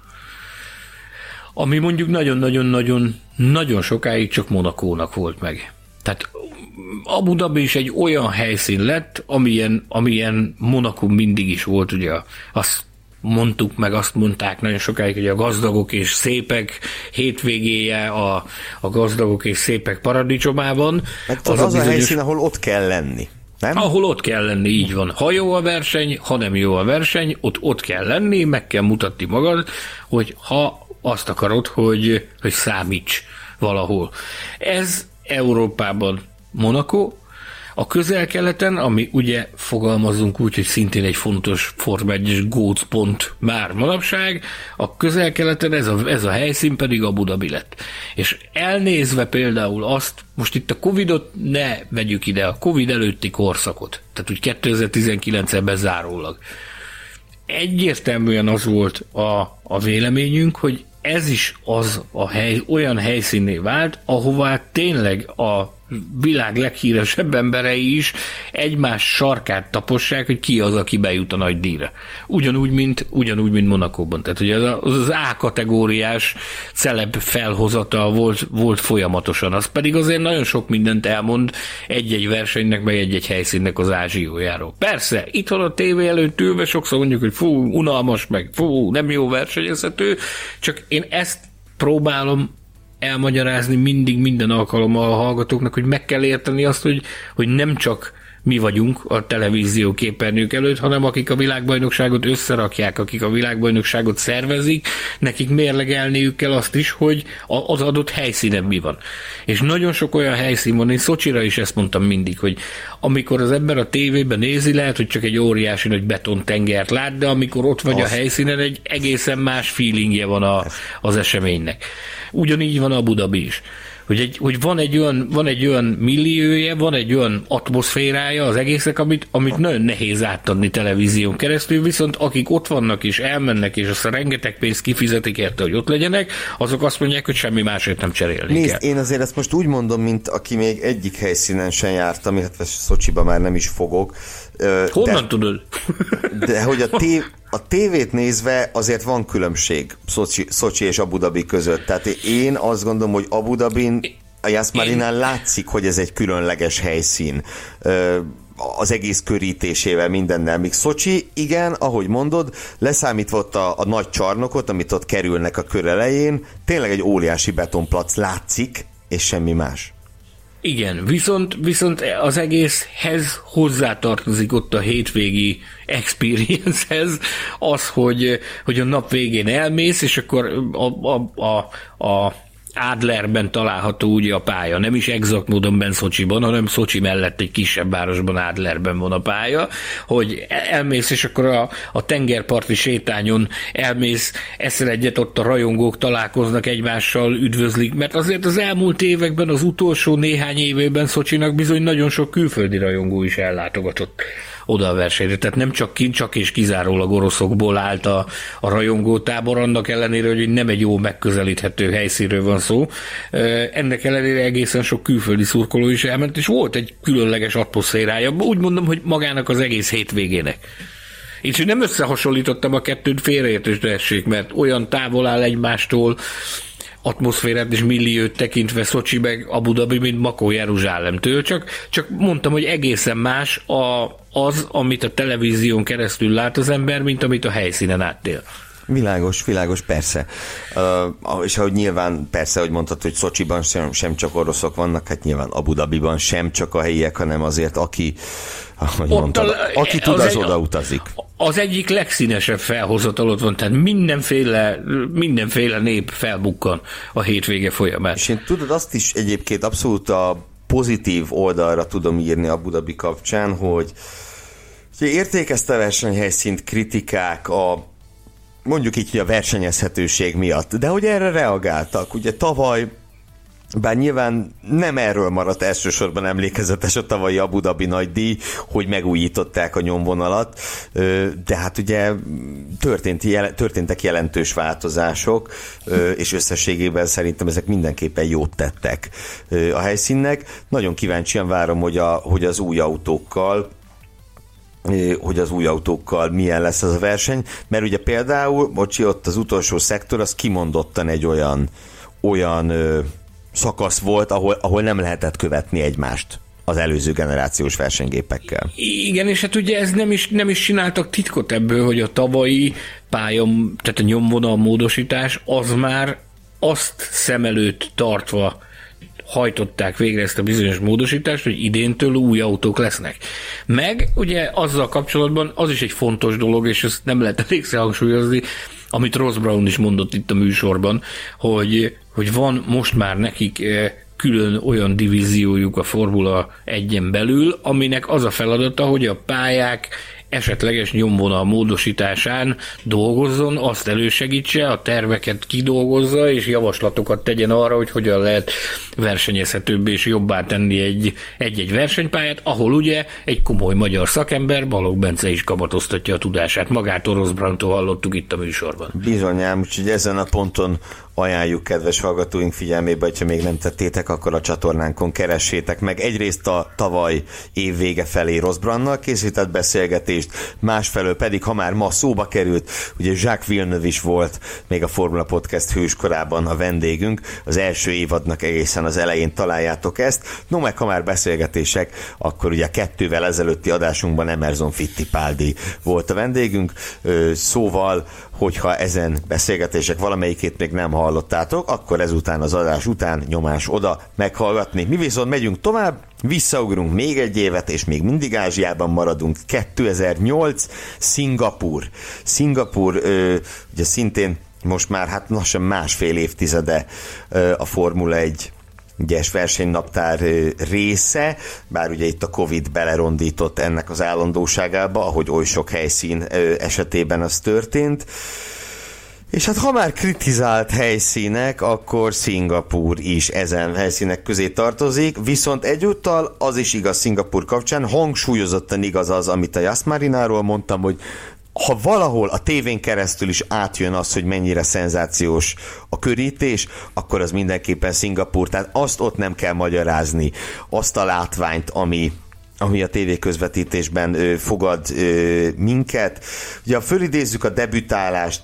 ami mondjuk nagyon sokáig csak Monacónak volt meg. Tehát Abu Dhabi is egy olyan helyszín lett, amilyen Monaco mindig is volt, ugye azt mondták nagyon sokáig, hogy a gazdagok és szépek hétvégéje a gazdagok és szépek paradicsomában. Az a helyszín, ahol ott kell lenni. Nem? Ahol ott kell lenni, így van. Ha jó a verseny, ha nem jó a verseny, ott kell lenni, meg kell mutatni magad, hogy ha azt akarod, hogy számíts valahol. Ez Európában Monaco, a Közel-Keleten, ami ugye fogalmazunk úgy, hogy szintén egy fontos Forma 1-es gócpont már manapság, a Közel-Keleten ez a helyszín pedig Abu Dhabi lett. És elnézve például azt, most itt a Covidot ne vegyük ide, a Covid előtti korszakot, tehát úgy 2019-ben bezárólag. Egyértelműen az volt a véleményünk, hogy ez is az a olyan helyszínné vált, ahová tényleg a világ leghíresebb emberei is egymás sarkát tapossák, hogy ki az, aki bejut a nagy díjra. Ugyanúgy, mint Monacóban. Tehát ugye az A kategóriás celeb felhozata volt folyamatosan. Az pedig azért nagyon sok mindent elmond egy-egy versenynek, meg egy-egy helyszínnek az ázsiójáról. Persze, itthon a tévé előtt ülve sokszor mondjuk, hogy fú, unalmas, meg fú, nem jó versenyezhető, csak én ezt próbálom elmagyarázni mindig, minden alkalommal a hallgatóknak, hogy meg kell érteni azt, hogy nem csak mi vagyunk a televízió képernyők előtt, hanem akik a világbajnokságot összerakják, akik a világbajnokságot szervezik, nekik mérlegelniük kell azt is, hogy az adott helyszínen mi van. És nagyon sok olyan helyszín van, én Szocsira is ezt mondtam mindig, hogy amikor az ember a tévében nézi, lehet, hogy csak egy óriási nagy betontengert lát, de amikor ott vagy a helyszínen, egy egészen más feelingje van az eseménynek. Ugyanígy van Abu Dhabi is. Hogy van egy olyan milliója, van egy olyan atmoszférája az egésznek, amit nagyon nehéz átadni televízión keresztül, viszont akik ott vannak és elmennek, és azt a rengeteg pénzt kifizetik érte, hogy ott legyenek, azok azt mondják, hogy semmi másért nem cserélni kell. Én azért ezt most úgy mondom, mint aki még egyik helyszínen sem jártam, illetve Szocsiba már nem is fogok. Honnan tudod? De hogy a tévét nézve azért van különbség Szocsi és Abu Dhabi között. Tehát én azt gondolom, hogy Abu Dhabin, a Yas Marinán látszik, hogy ez egy különleges helyszín. Az egész körítésével, mindennel. Míg Szocsi, igen, ahogy mondod, leszámítva ott a nagy csarnokot, amit ott kerülnek a kör elején, tényleg egy óriási betonplac látszik, és semmi más. Igen, viszont az egészhez hozzátartozik ott a hétvégi experiencehez az, hogy a nap végén elmész, és akkor a Adlerben található ugye a pálya, nem is exakt módon benn Szocsiban, hanem Szocsi mellett egy kisebb városban, Adlerben van a pálya, hogy elmész, és akkor a tengerparti sétányon elmész, eszel egyet, ott a rajongók találkoznak egymással, üdvözlik, mert azért az elmúlt években, az utolsó néhány évében Szocsinak bizony nagyon sok külföldi rajongó is ellátogatott oda a versenyre. Tehát nem csak és kizárólag oroszokból állt a rajongótábor, annak ellenére, hogy nem egy jó megközelíthető helyszínről van szó. Ennek ellenére egészen sok külföldi szurkoló is elment, és volt egy különleges atmoszférája. Úgy mondom, hogy magának az egész hétvégének. És nem összehasonlítottam a kettőt, félreértést tessék, mert olyan távol áll egymástól atmoszférát és milliót tekintve Szocsi meg Abu Dhabi, mint Makó Jeruzsálemtől, csak mondtam, hogy egészen más az, amit a televízión keresztül lát az ember, mint amit a helyszínen átél. Világos, persze. És ahogy nyilván, persze, hogy mondtad, hogy Szocsiban sem csak oroszok vannak, hát nyilván Abu Dhabiban sem csak a helyiek, hanem azért aki tud, az oda utazik. Az egyik legszínesebb felhozatal ott van, tehát mindenféle nép felbukkan a hétvége folyamán. És én tudod, azt is egyébként abszolút a pozitív oldalra tudom írni Abu Dhabi kapcsán, hogy értékezte a versenyhelyszínt kritikák mondjuk így, hogy a versenyezhetőség miatt, de hogy erre reagáltak. Ugye tavaly, bár nyilván nem erről maradt elsősorban emlékezetes a tavalyi Abu Dhabi nagydíj, hogy megújították a nyomvonalat, de hát ugye történtek jelentős változások, és összességében szerintem ezek mindenképpen jót tettek a helyszínnek. Nagyon kíváncsian várom, hogy az új autókkal milyen lesz az a verseny, mert ugye például, ott az utolsó szektor, az kimondottan egy olyan szakasz volt, ahol nem lehetett követni egymást az előző generációs versenygépekkel. Igen, és hát ugye ez nem is csináltak titkot ebből, hogy a tavalyi pályam, tehát a nyomvonal módosítás, az már azt szem előtt tartva hajtották végre ezt a bizonyos módosítást, hogy idéntől új autók lesznek. Meg ugye azzal kapcsolatban az is egy fontos dolog, és ezt nem lehet elégszer hangsúlyozni, amit Ross Brown is mondott itt a műsorban, hogy van most már nekik külön olyan divíziójuk a Formula 1-en belül, aminek az a feladata, hogy a pályák esetleges nyomvonal módosításán dolgozzon, azt elősegítse, a terveket kidolgozza, és javaslatokat tegyen arra, hogy hogyan lehet versenyezhetőbb és jobbá tenni egy-egy versenypályát, ahol ugye egy komoly magyar szakember, Balogh Bence is kamatoztatja a tudását. Magától Ross Browntól hallottuk itt a műsorban. Bizonyám, úgyhogy ezen a ponton ajánljuk kedves hallgatóink figyelmébe, hogyha még nem tettétek, akkor a csatornánkon keressétek meg egyrészt a tavaly év vége felé Ross Brownnal készített beszélgetést, másfelől pedig, ha már ma szóba került, ugye Jacques Villeneuve is volt még a Formula Podcast hőskorában a vendégünk, az első évadnak egészen az elején találjátok ezt. No, meg ha már beszélgetések, akkor ugye 2-vel ezelőtti adásunkban Emerson Fittipaldi volt a vendégünk, szóval, hogyha ezen beszélgetések valamelyikét még nem hallottátok, akkor ezután az adás után nyomás oda meghallgatni. Mi viszont megyünk tovább, visszaugrunk még egy évet, és még mindig Ázsiában maradunk. 2008, Szingapúr. Szingapúr ugye szintén most már hát lassan másfél évtizede a Formula 1 egyes versenynaptár része, bár ugye itt a Covid belerondított ennek az állandóságába, ahogy oly sok helyszín esetében az történt. És hát ha már kritizált helyszínek, akkor Szingapúr is ezen helyszínek közé tartozik, viszont egyúttal az is igaz Szingapúr kapcsán, hangsúlyozottan igaz az, amit a Yas Marináról mondtam, hogy ha valahol a tévén keresztül is átjön az, hogy mennyire szenzációs a körítés, akkor az mindenképpen Szingapúr. Tehát azt ott nem kell magyarázni, azt a látványt, ami a tévéközvetítésben fogad minket. Ugye, ha fölidézzük a debütálást,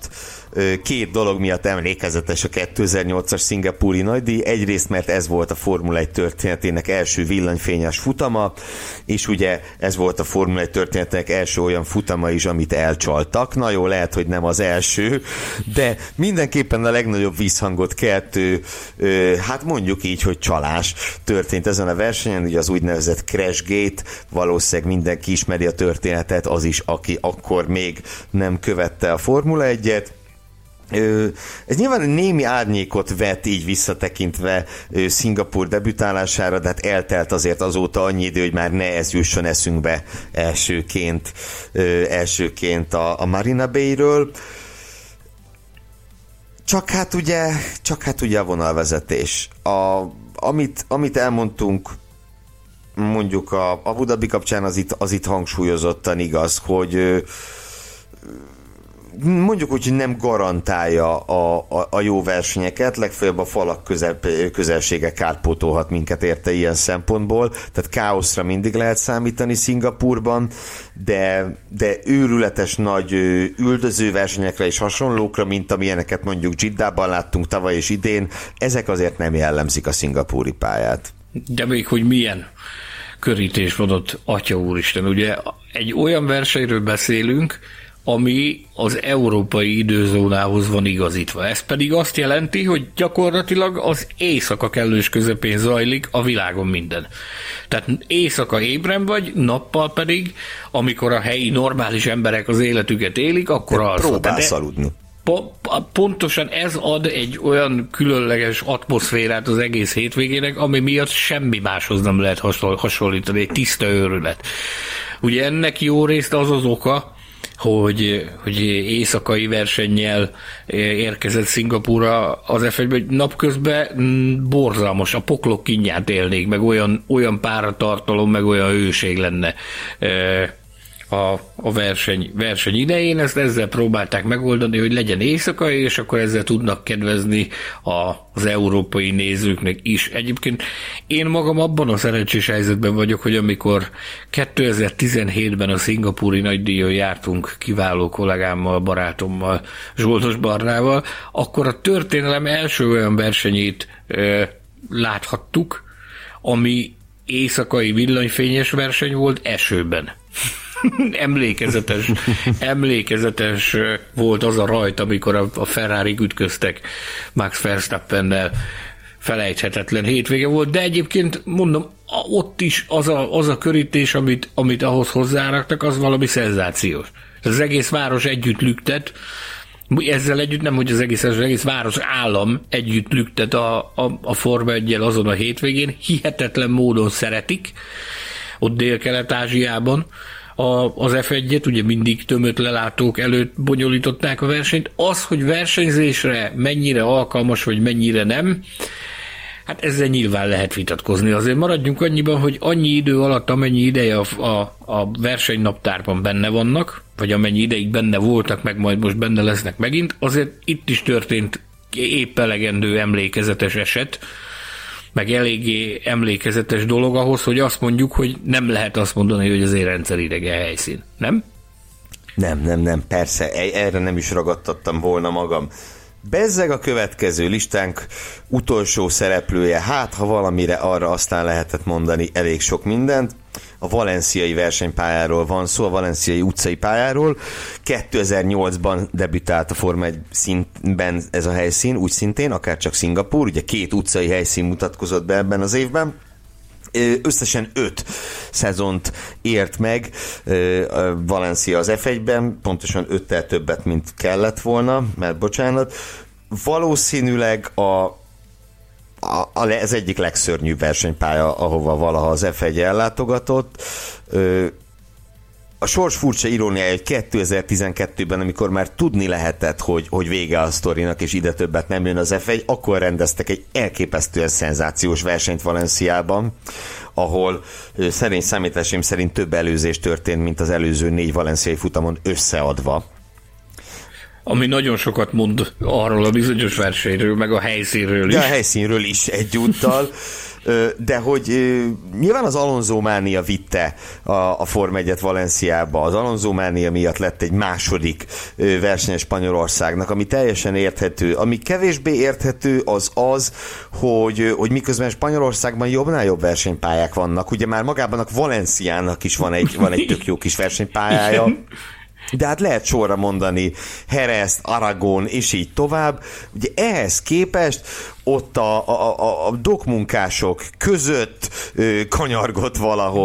2 dolog miatt emlékezetes a 2008-as szingapúri nagydíj. Egyrészt, mert ez volt a Formula 1 történetének első villanyfényes futama, és ugye ez volt a Formula 1 történetének első olyan futama is, amit elcsaltak. Na jó, lehet, hogy nem az első, de mindenképpen a legnagyobb visszhangot keltő, hát mondjuk így, hogy csalás történt ezen a versenyen, ugye az úgynevezett Crashgate, valószínűleg mindenki ismeri a történetet, az is, aki akkor még nem követte a Formula 1-et. Ez nyilván némi árnyékot vet így visszatekintve Szingapúr debütálására, de hát eltelt azért azóta annyi idő, hogy már ne ez jusson eszünkbe elsőként a Marina Bayről. Csak hát ugye a vonalvezetés. Amit elmondtunk mondjuk a Abu Dhabi kapcsán, az itt hangsúlyozottan igaz, hogy mondjuk úgy, hogy nem garantálja a jó versenyeket, legfeljebb a falak közelsége kárpótolhat minket érte ilyen szempontból, tehát káoszra mindig lehet számítani Szingapúrban, de őrületes nagy üldöző versenyekre és hasonlókra, mint amilyeneket mondjuk Jiddában láttunk tavaly és idén, ezek azért nem jellemzik a szingapúri pályát. De még hogy milyen körítés van ott, atya úristen, ugye egy olyan versenyről beszélünk, ami az európai időzónához van igazítva. Ez pedig azt jelenti, hogy gyakorlatilag az éjszaka kellős közepén zajlik a világon minden. Tehát éjszaka ébren vagy, nappal pedig, amikor a helyi normális emberek az életüket élik, akkor alszol. Próbálsz aludni. Pontosan ez ad egy olyan különleges atmoszférát az egész hétvégének, ami miatt semmi máshoz nem lehet hasonlítani, egy tiszta őrület. Ugye ennek jó részt az az oka, hogy éjszakai versennyel érkezett Szingapúrra az F1-be, hogy napközben borzalmas, a poklok kínját élnék, meg olyan páratartalom, meg olyan hőség lenne a verseny idején. Ezt ezzel próbálták megoldani, hogy legyen éjszakai, és akkor ezzel tudnak kedvezni az európai nézőknek is. Egyébként én magam abban a szerencsés helyzetben vagyok, hogy amikor 2017-ben a szingapúri nagydíjon jártunk kiváló kollégámmal, barátommal, Zsoldos Barnával, akkor a történelem első olyan versenyét láthattuk, ami éjszakai villanyfényes verseny volt esőben. Emlékezetes volt az a rajt, amikor a Ferrari ütköztek Max Verstappennel. felejthetetlen hétvége volt, de egyébként mondom, ott is az a körítés, amit ahhoz hozzáraktak, az valami szenzációs. Az egész város együtt lüktet, ezzel együtt nem, hogy az egész város állam együtt lüktet a Forma 1-jel azon a hétvégén, hihetetlen módon szeretik, ott Dél-Kelet-Ázsiában az F1-et, ugye mindig tömött lelátók előtt bonyolították a versenyt. Az, hogy versenyzésre mennyire alkalmas, vagy mennyire nem, hát ezzel nyilván lehet vitatkozni. Azért maradjunk annyiban, hogy annyi idő alatt, amennyi ideje a versenynaptárban benne vannak, vagy amennyi ideig benne voltak, meg majd most benne lesznek megint, azért itt is történt épp elegendő emlékezetes eset, meg eléggé emlékezetes dolog ahhoz, hogy azt mondjuk, hogy nem lehet azt mondani, hogy az rendszeridegen helyszín. Nem? Nem, persze, erre nem is ragadtattam volna magam. Bezzeg a következő listánk utolsó szereplője, hát ha valamire arra aztán lehetett mondani elég sok mindent. A valenciai versenypályáról van szó, a valenciai utcai pályáról. 2008-ban debütált a Forma 1 szintben ez a helyszín, úgy szintén, akárcsak Szingapúr, ugye 2 utcai helyszín mutatkozott be ebben az évben. Összesen 5 szezont ért meg Valencia az F1-ben, pontosan 5-tel többet, mint kellett volna, mert bocsánat. Valószínűleg az egyik legszörnyűbb versenypálya, ahova valaha az F1 ellátogatott. A sors furcsa iróniája, hogy 2012-ben, amikor már tudni lehetett, hogy vége a sztorinak, és ide többet nem jön az F1, akkor rendeztek egy elképesztően szenzációs versenyt Valenciában, ahol szerény számításaim szerint több előzés történt, mint az előző 4 valenciai futamon összeadva. Ami nagyon sokat mond arról a bizonyos versenyről, meg a helyszínről is. De a helyszínről is egyúttal. De hogy nyilván az Alonso mánia vitte a Forma 1-et Valenciába. Az Alonso mánia miatt lett egy második verseny Spanyolországnak, ami teljesen érthető. Ami kevésbé érthető az, hogy miközben Spanyolországban jobbnál jobb versenypályák vannak. Ugye már magában a Valenciának is van egy tök jó kis versenypályája. De hát lehet sorra mondani Jerez, Aragon, és így tovább. Ugye ehhez képest ott a dokmunkások között kanyargott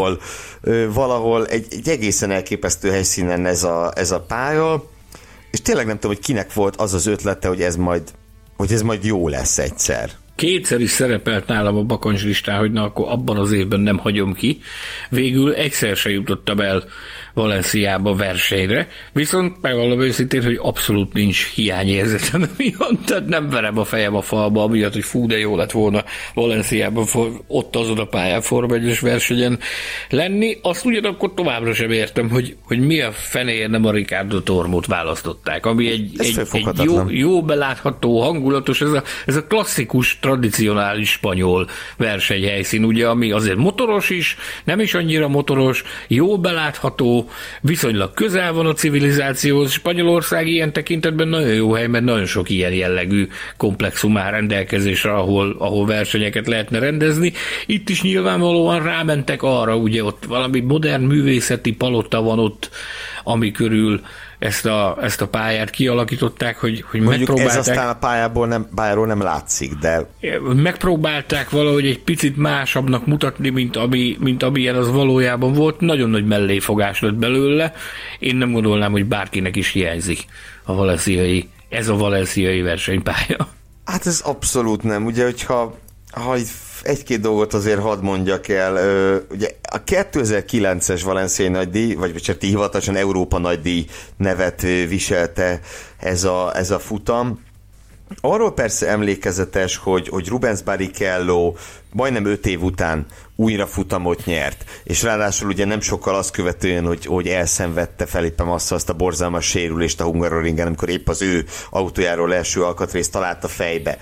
valahol egy egészen elképesztő helyszínen ez a pálya, és tényleg nem tudom, hogy kinek volt az ötlete, hogy ez majd jó lesz egyszer. Kétszer is szerepelt nálam a bakancs listán, hogy na, akkor abban az évben nem hagyom ki. Végül egyszer se jutottam el Valenciába versenyre, viszont megvallom őszintén, hogy abszolút nincs hiányérzetem miatt, tehát nem verem a fejem a falba, amiatt, hogy fú, de jó lett volna Valenciában ott azon a pályán Forma 1-es versenyen lenni. Azt ugyanakkor továbbra sem értem, hogy mi a fenéért nem a Ricardo Tormót választották, ami egy jó belátható, hangulatos, ez a klasszikus, tradicionális spanyol versenyhelyszín, ugye, ami azért motoros is, nem is annyira motoros, jó belátható, viszonylag közel van a civilizációhoz. Spanyolország ilyen tekintetben nagyon jó hely, mert nagyon sok ilyen jellegű komplexum áll rendelkezésre, ahol versenyeket lehetne rendezni. Itt is nyilvánvalóan rámentek arra, ugye ott valami modern művészeti palota van ott, ami körül ezt a pályát kialakították, hogy megpróbálták... ez aztán a pályáról nem látszik, de... Megpróbálták valahogy egy picit másabbnak mutatni, mint amilyen az valójában volt. Nagyon nagy melléfogás lett belőle. Én nem gondolnám, hogy bárkinek is hiányzik ez a valenciai versenypálya. Hát ez abszolút nem. Ugye, hogyha egy-két dolgot azért hadd mondjak el. Ugye a 2009-es valenciai nagydíj, vagy csak hivatalosan Európa nagydíj nevet viselte ez a futam. Arról persze emlékezetes, hogy Rubens Barrichello majdnem 5 év után újra futamot nyert, és ráadásul ugye nem sokkal azt követően, hogy elszenvedte Felipe Massa azt a borzalmas sérülést a Hungaroringen, amikor épp az ő autójáról első alkatrészt talált a fejbe.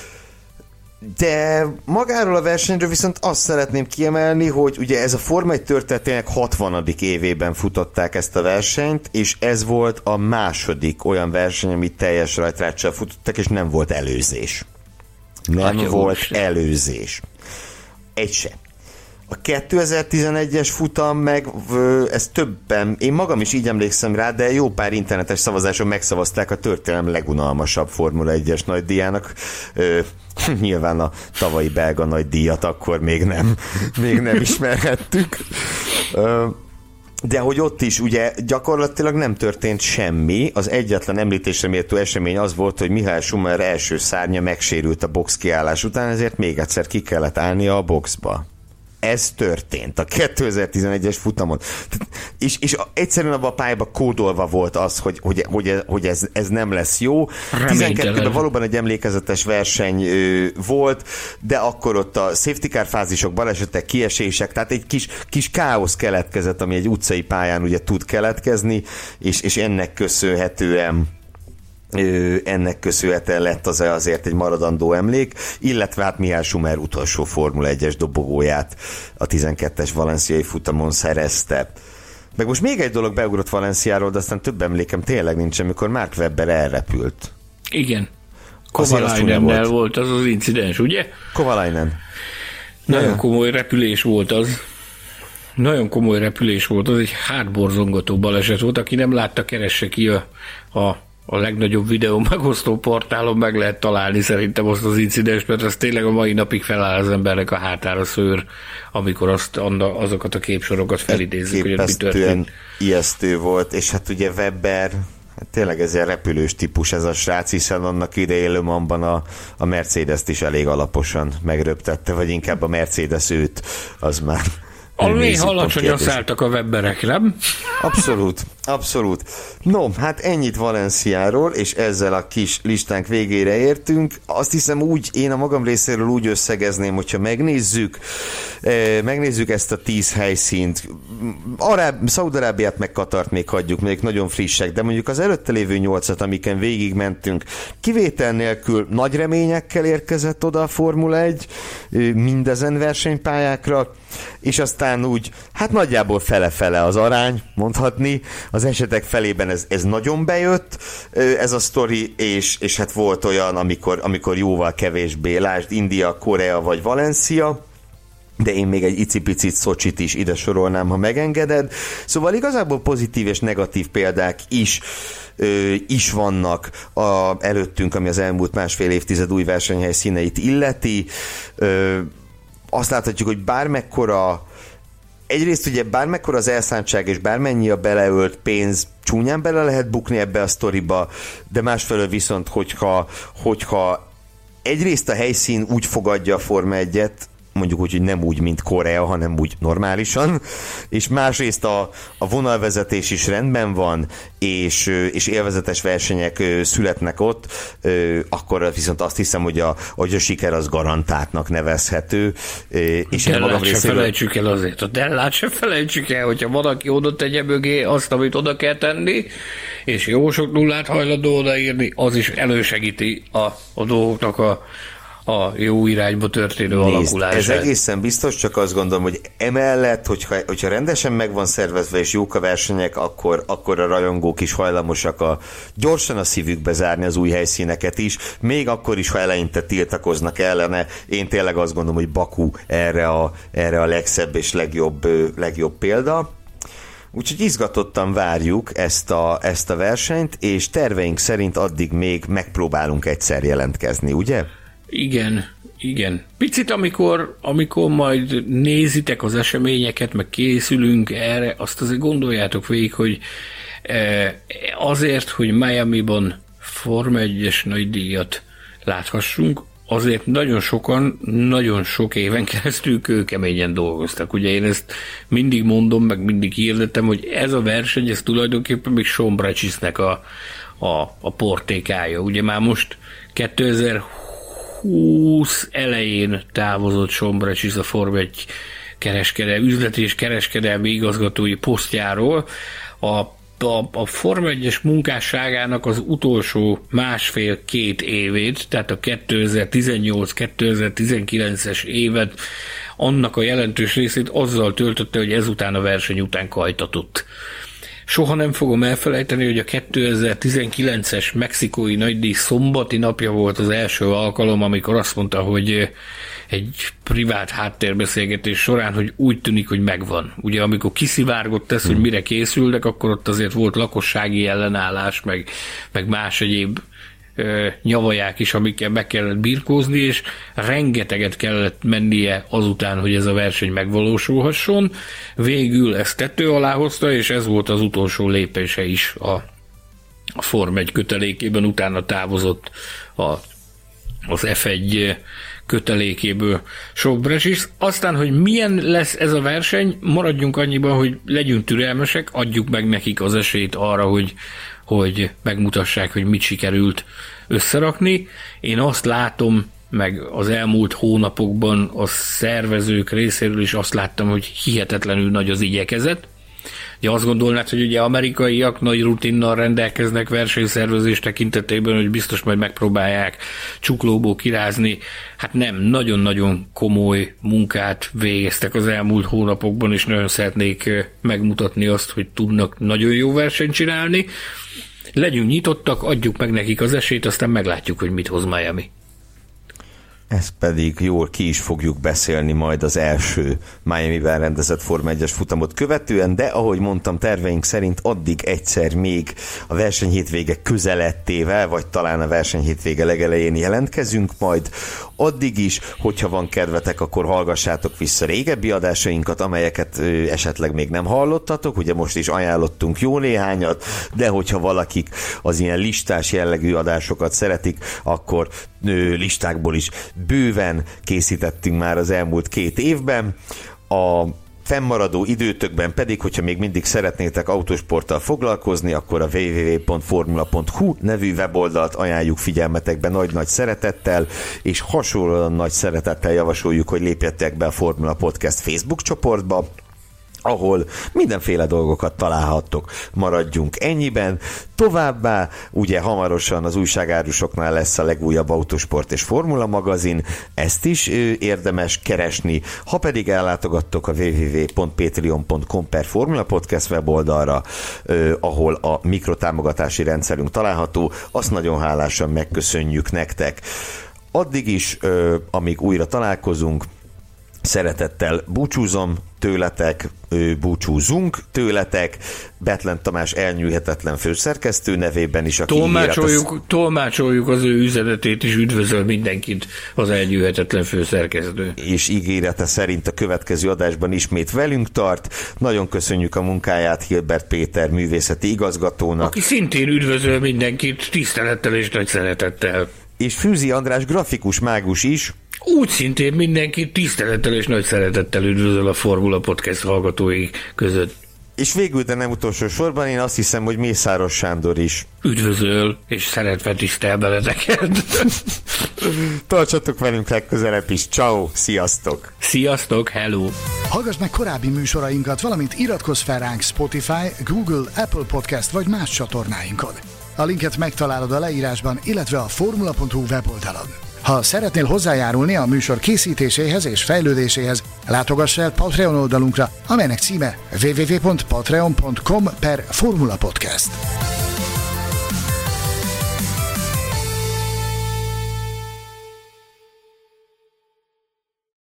De magáról a versenyről viszont azt szeretném kiemelni, hogy ugye ez a Forma 1 történetének 60. évében futották ezt a versenyt, és ez volt a második olyan verseny, amit teljes rajtráccsal futottak, és nem volt előzés. Nem volt előzés. Egy se. A 2011-es futam meg, ez többen, én magam is így emlékszem rá, de jó pár internetes szavazáson megszavazták a történelem legunalmasabb Formula 1-es nagydíjának. Nyilván a tavalyi belga nagydíjat akkor még nem ismerhettük. De hogy ott is ugye gyakorlatilag nem történt semmi, az egyetlen említésre méltó esemény az volt, hogy Michael Schumacher első szárnya megsérült a box kiállás után, ezért még egyszer ki kellett állnia a boxba. Ez történt a 2011-es futamon. És egyszerűen abban a pályában kódolva volt az, hogy ez nem lesz jó. 12-ben valóban egy emlékezetes verseny volt, de akkor ott a safety car fázisok, balesetek, kiesések, tehát egy kis káosz keletkezett, ami egy utcai pályán ugye tud keletkezni, és ennek köszönhetően lett az azért egy maradandó emlék, illetve hát Michael Schumacher utolsó Formula 1-es dobogóját a 12-es valenciai futamon szerezte. Meg most még egy dolog beugrott Valenciáról, de aztán több emlékem tényleg nincs, amikor Mark Webber elrepült. Igen. Kovalainennel volt az incidens, ugye? Kovalainen. Nagyon komoly repülés volt az. Nagyon komoly repülés volt, az egy hátborzongató baleset volt, aki nem látta, keresse ki a legnagyobb videó megosztó portálon meg lehet találni szerintem azt az incidens, mert az tényleg a mai napig feláll az embernek a hátára szőr, amikor azokat a képsorokat felidézzük, hogy mi történt. Ijesztő volt, és hát ugye Webber, hát tényleg ez egy repülős típus ez a srác, hiszen annak idején Le Mansban a Mercedes-t is elég alaposan megröptette, vagy inkább a Mercedes őt, az már... Néha alacsonyan szálltak a Webberek, nem? Abszolút. No, hát ennyit Valenciáról, és ezzel a kis listánk végére értünk. Azt hiszem én a magam részéről úgy összegezném, hogyha megnézzük ezt a 10 helyszínt. Szaúd-Arábiát meg Katart még hagyjuk, még nagyon frissek, de mondjuk az előtte lévő 8-at, amiken végigmentünk, kivétel nélkül nagy reményekkel érkezett oda a Formula 1 mindezen versenypályákra, és aztán úgy, hát nagyjából fele-fele az arány, mondhatni, az esetek felében ez nagyon bejött, ez a sztori, és hát volt olyan, amikor jóval kevésbé, lásd India, Korea vagy Valencia, de én még egy icipicit Szocsit is ide sorolnám, ha megengeded. Szóval igazából pozitív és negatív példák is vannak előttünk, ami az elmúlt másfél évtized új versenyhelyszíneit illeti. Azt láthatjuk, hogy egyrészt ugye bármekkora az elszántság és bármennyi a beleölt pénz, csúnyán bele lehet bukni ebbe a sztoriba, de másfelől viszont, hogyha egyrészt a helyszín úgy fogadja a Forma 1-et, mondjuk úgy, hogy nem úgy, mint Korea, hanem úgy normálisan, és másrészt a vonalvezetés is rendben van, és élvezetes versenyek születnek ott, akkor viszont azt hiszem, hogy a siker az garantáltnak nevezhető. És Dellát se felejtsük el azért, a Dellát se felejtsük el, hogyha valaki oda tegye mögé azt, amit oda kell tenni, és jó sok nullát hajlandó odaírni, az is elősegíti a dolgoknak a jó irányba történő alakulását. Ez egészen biztos, csak azt gondolom, hogy emellett, hogyha rendesen meg van szervezve és jók a versenyek, akkor a rajongók is hajlamosak gyorsan a szívükbe zárni az új helyszíneket is, még akkor is, ha eleinte tiltakoznak ellene. Én tényleg azt gondolom, hogy Baku erre a legszebb és legjobb példa. Úgyhogy izgatottan várjuk ezt a versenyt, és terveink szerint addig még megpróbálunk egyszer jelentkezni, ugye? Igen. Picit, amikor majd nézitek az eseményeket, meg készülünk erre, azt azért gondoljátok végig, hogy azért, hogy Miamiban Forma 1-es nagydíjat láthassunk, azért nagyon sokan, nagyon sok éven keresztül kőkeményen dolgoztak. Ugye én ezt mindig mondom, meg mindig hirdetem, hogy ez a verseny, ez tulajdonképpen még Sean Bracisnek a portékája. Ugye már most 2020 elején távozott Sean Bracis a Forma 1 üzleti és kereskedelmi igazgatói posztjáról. A Forma 1-es munkásságának az utolsó másfél-két évét, tehát a 2018-2019-es évet, annak a jelentős részét azzal töltötte, hogy ezután a verseny után kajtatott. Soha nem fogom elfelejteni, hogy a 2019-es mexikói nagydíj szombati napja volt az első alkalom, amikor azt mondta, hogy egy privát háttérbeszélgetés során, hogy úgy tűnik, hogy megvan. Ugye amikor kiszivárgott ez, hogy mire készülnek, akkor ott azért volt lakossági ellenállás, meg más egyéb nyavaják is, amikkel meg kellett birkózni, és rengeteget kellett mennie azután, hogy ez a verseny megvalósulhasson. Végül ezt tető alá hozta, és ez volt az utolsó lépése is a Form 1 kötelékében, utána távozott az F1 kötelékéből Sobres is. Aztán, hogy milyen lesz ez a verseny, maradjunk annyiban, hogy legyünk türelmesek, adjuk meg nekik az esélyt arra, hogy megmutassák, hogy mit sikerült összerakni. Én azt látom, meg az elmúlt hónapokban a szervezők részéről is azt láttam, hogy hihetetlenül nagy az igyekezet. Ugye azt gondolnád, hogy ugye amerikaiak nagy rutinnal rendelkeznek versenyszervezés tekintetében, hogy biztos majd megpróbálják csuklóból kirázni. Hát nem, nagyon-nagyon komoly munkát végeztek az elmúlt hónapokban, és nagyon szeretnék megmutatni azt, hogy tudnak nagyon jó versenyt csinálni. Legyünk nyitottak, adjuk meg nekik az esélyt, aztán meglátjuk, hogy mit hoz Miami. Ezt pedig jól ki is fogjuk beszélni majd az első Miamiben rendezett Forma 1-es futamot követően, de ahogy mondtam, terveink szerint addig egyszer még a versenyhétvége közelettével, vagy talán a versenyhétvége legelején jelentkezünk majd. Addig is, hogyha van kedvetek, akkor hallgassátok vissza régebbi adásainkat, amelyeket esetleg még nem hallottatok, ugye most is ajánlottunk jó néhányat, de hogyha valakik az ilyen listás jellegű adásokat szeretik, akkor listákból is bőven készítettünk már az elmúlt 2 évben. A fennmaradó időtökben pedig, hogyha még mindig szeretnétek autósporttal foglalkozni, akkor a www.formula.hu nevű weboldalt ajánljuk figyelmetekbe nagy-nagy szeretettel, és hasonlóan nagy szeretettel javasoljuk, hogy lépjetek be a Formula Podcast Facebook csoportba, ahol mindenféle dolgokat találhattok. Maradjunk ennyiben. Továbbá, ugye hamarosan az újságárusoknál lesz a legújabb autósport és formula magazin, ezt is érdemes keresni. Ha pedig ellátogattok a www.patreon.com/Formula Podcast weboldalra, ahol a mikrotámogatási rendszerünk található, azt nagyon hálásan megköszönjük nektek. Addig is, amíg újra találkozunk, szeretettel búcsúzom tőletek, búcsúzunk tőletek, Betlen Tamás elnyűhetetlen főszerkesztő nevében is, aki tolmácsoljuk az ő üzenetét, és üdvözöl mindenkit az elnyűhetetlen főszerkesztő. És ígérete szerint a következő adásban ismét velünk tart. Nagyon köszönjük a munkáját Hilbert Péter művészeti igazgatónak. Aki szintén üdvözöl mindenkit tisztelettel és nagy szeretettel. És Fűzi András grafikus mágus is. Úgy szintén mindenki tisztelettel és nagy szeretettel üdvözöl a Formula Podcast hallgatói között. És végül, de nem utolsó sorban, én azt hiszem, hogy Mészáros Sándor is üdvözöl, és szeretve tisztel beleteket. Tartsatok velünk legközelebb is. Ciao, sziasztok! Sziasztok, hello! Hallgass meg korábbi műsorainkat, valamint iratkozz fel ránk Spotify, Google, Apple Podcast vagy más csatornáinkon. A linket megtalálod a leírásban, illetve a formula.hu weboldalon. Ha szeretnél hozzájárulni a műsor készítéséhez és fejlődéséhez, látogass el Patreon oldalunkra, amelynek címe www.patreon.com/Formula Podcast.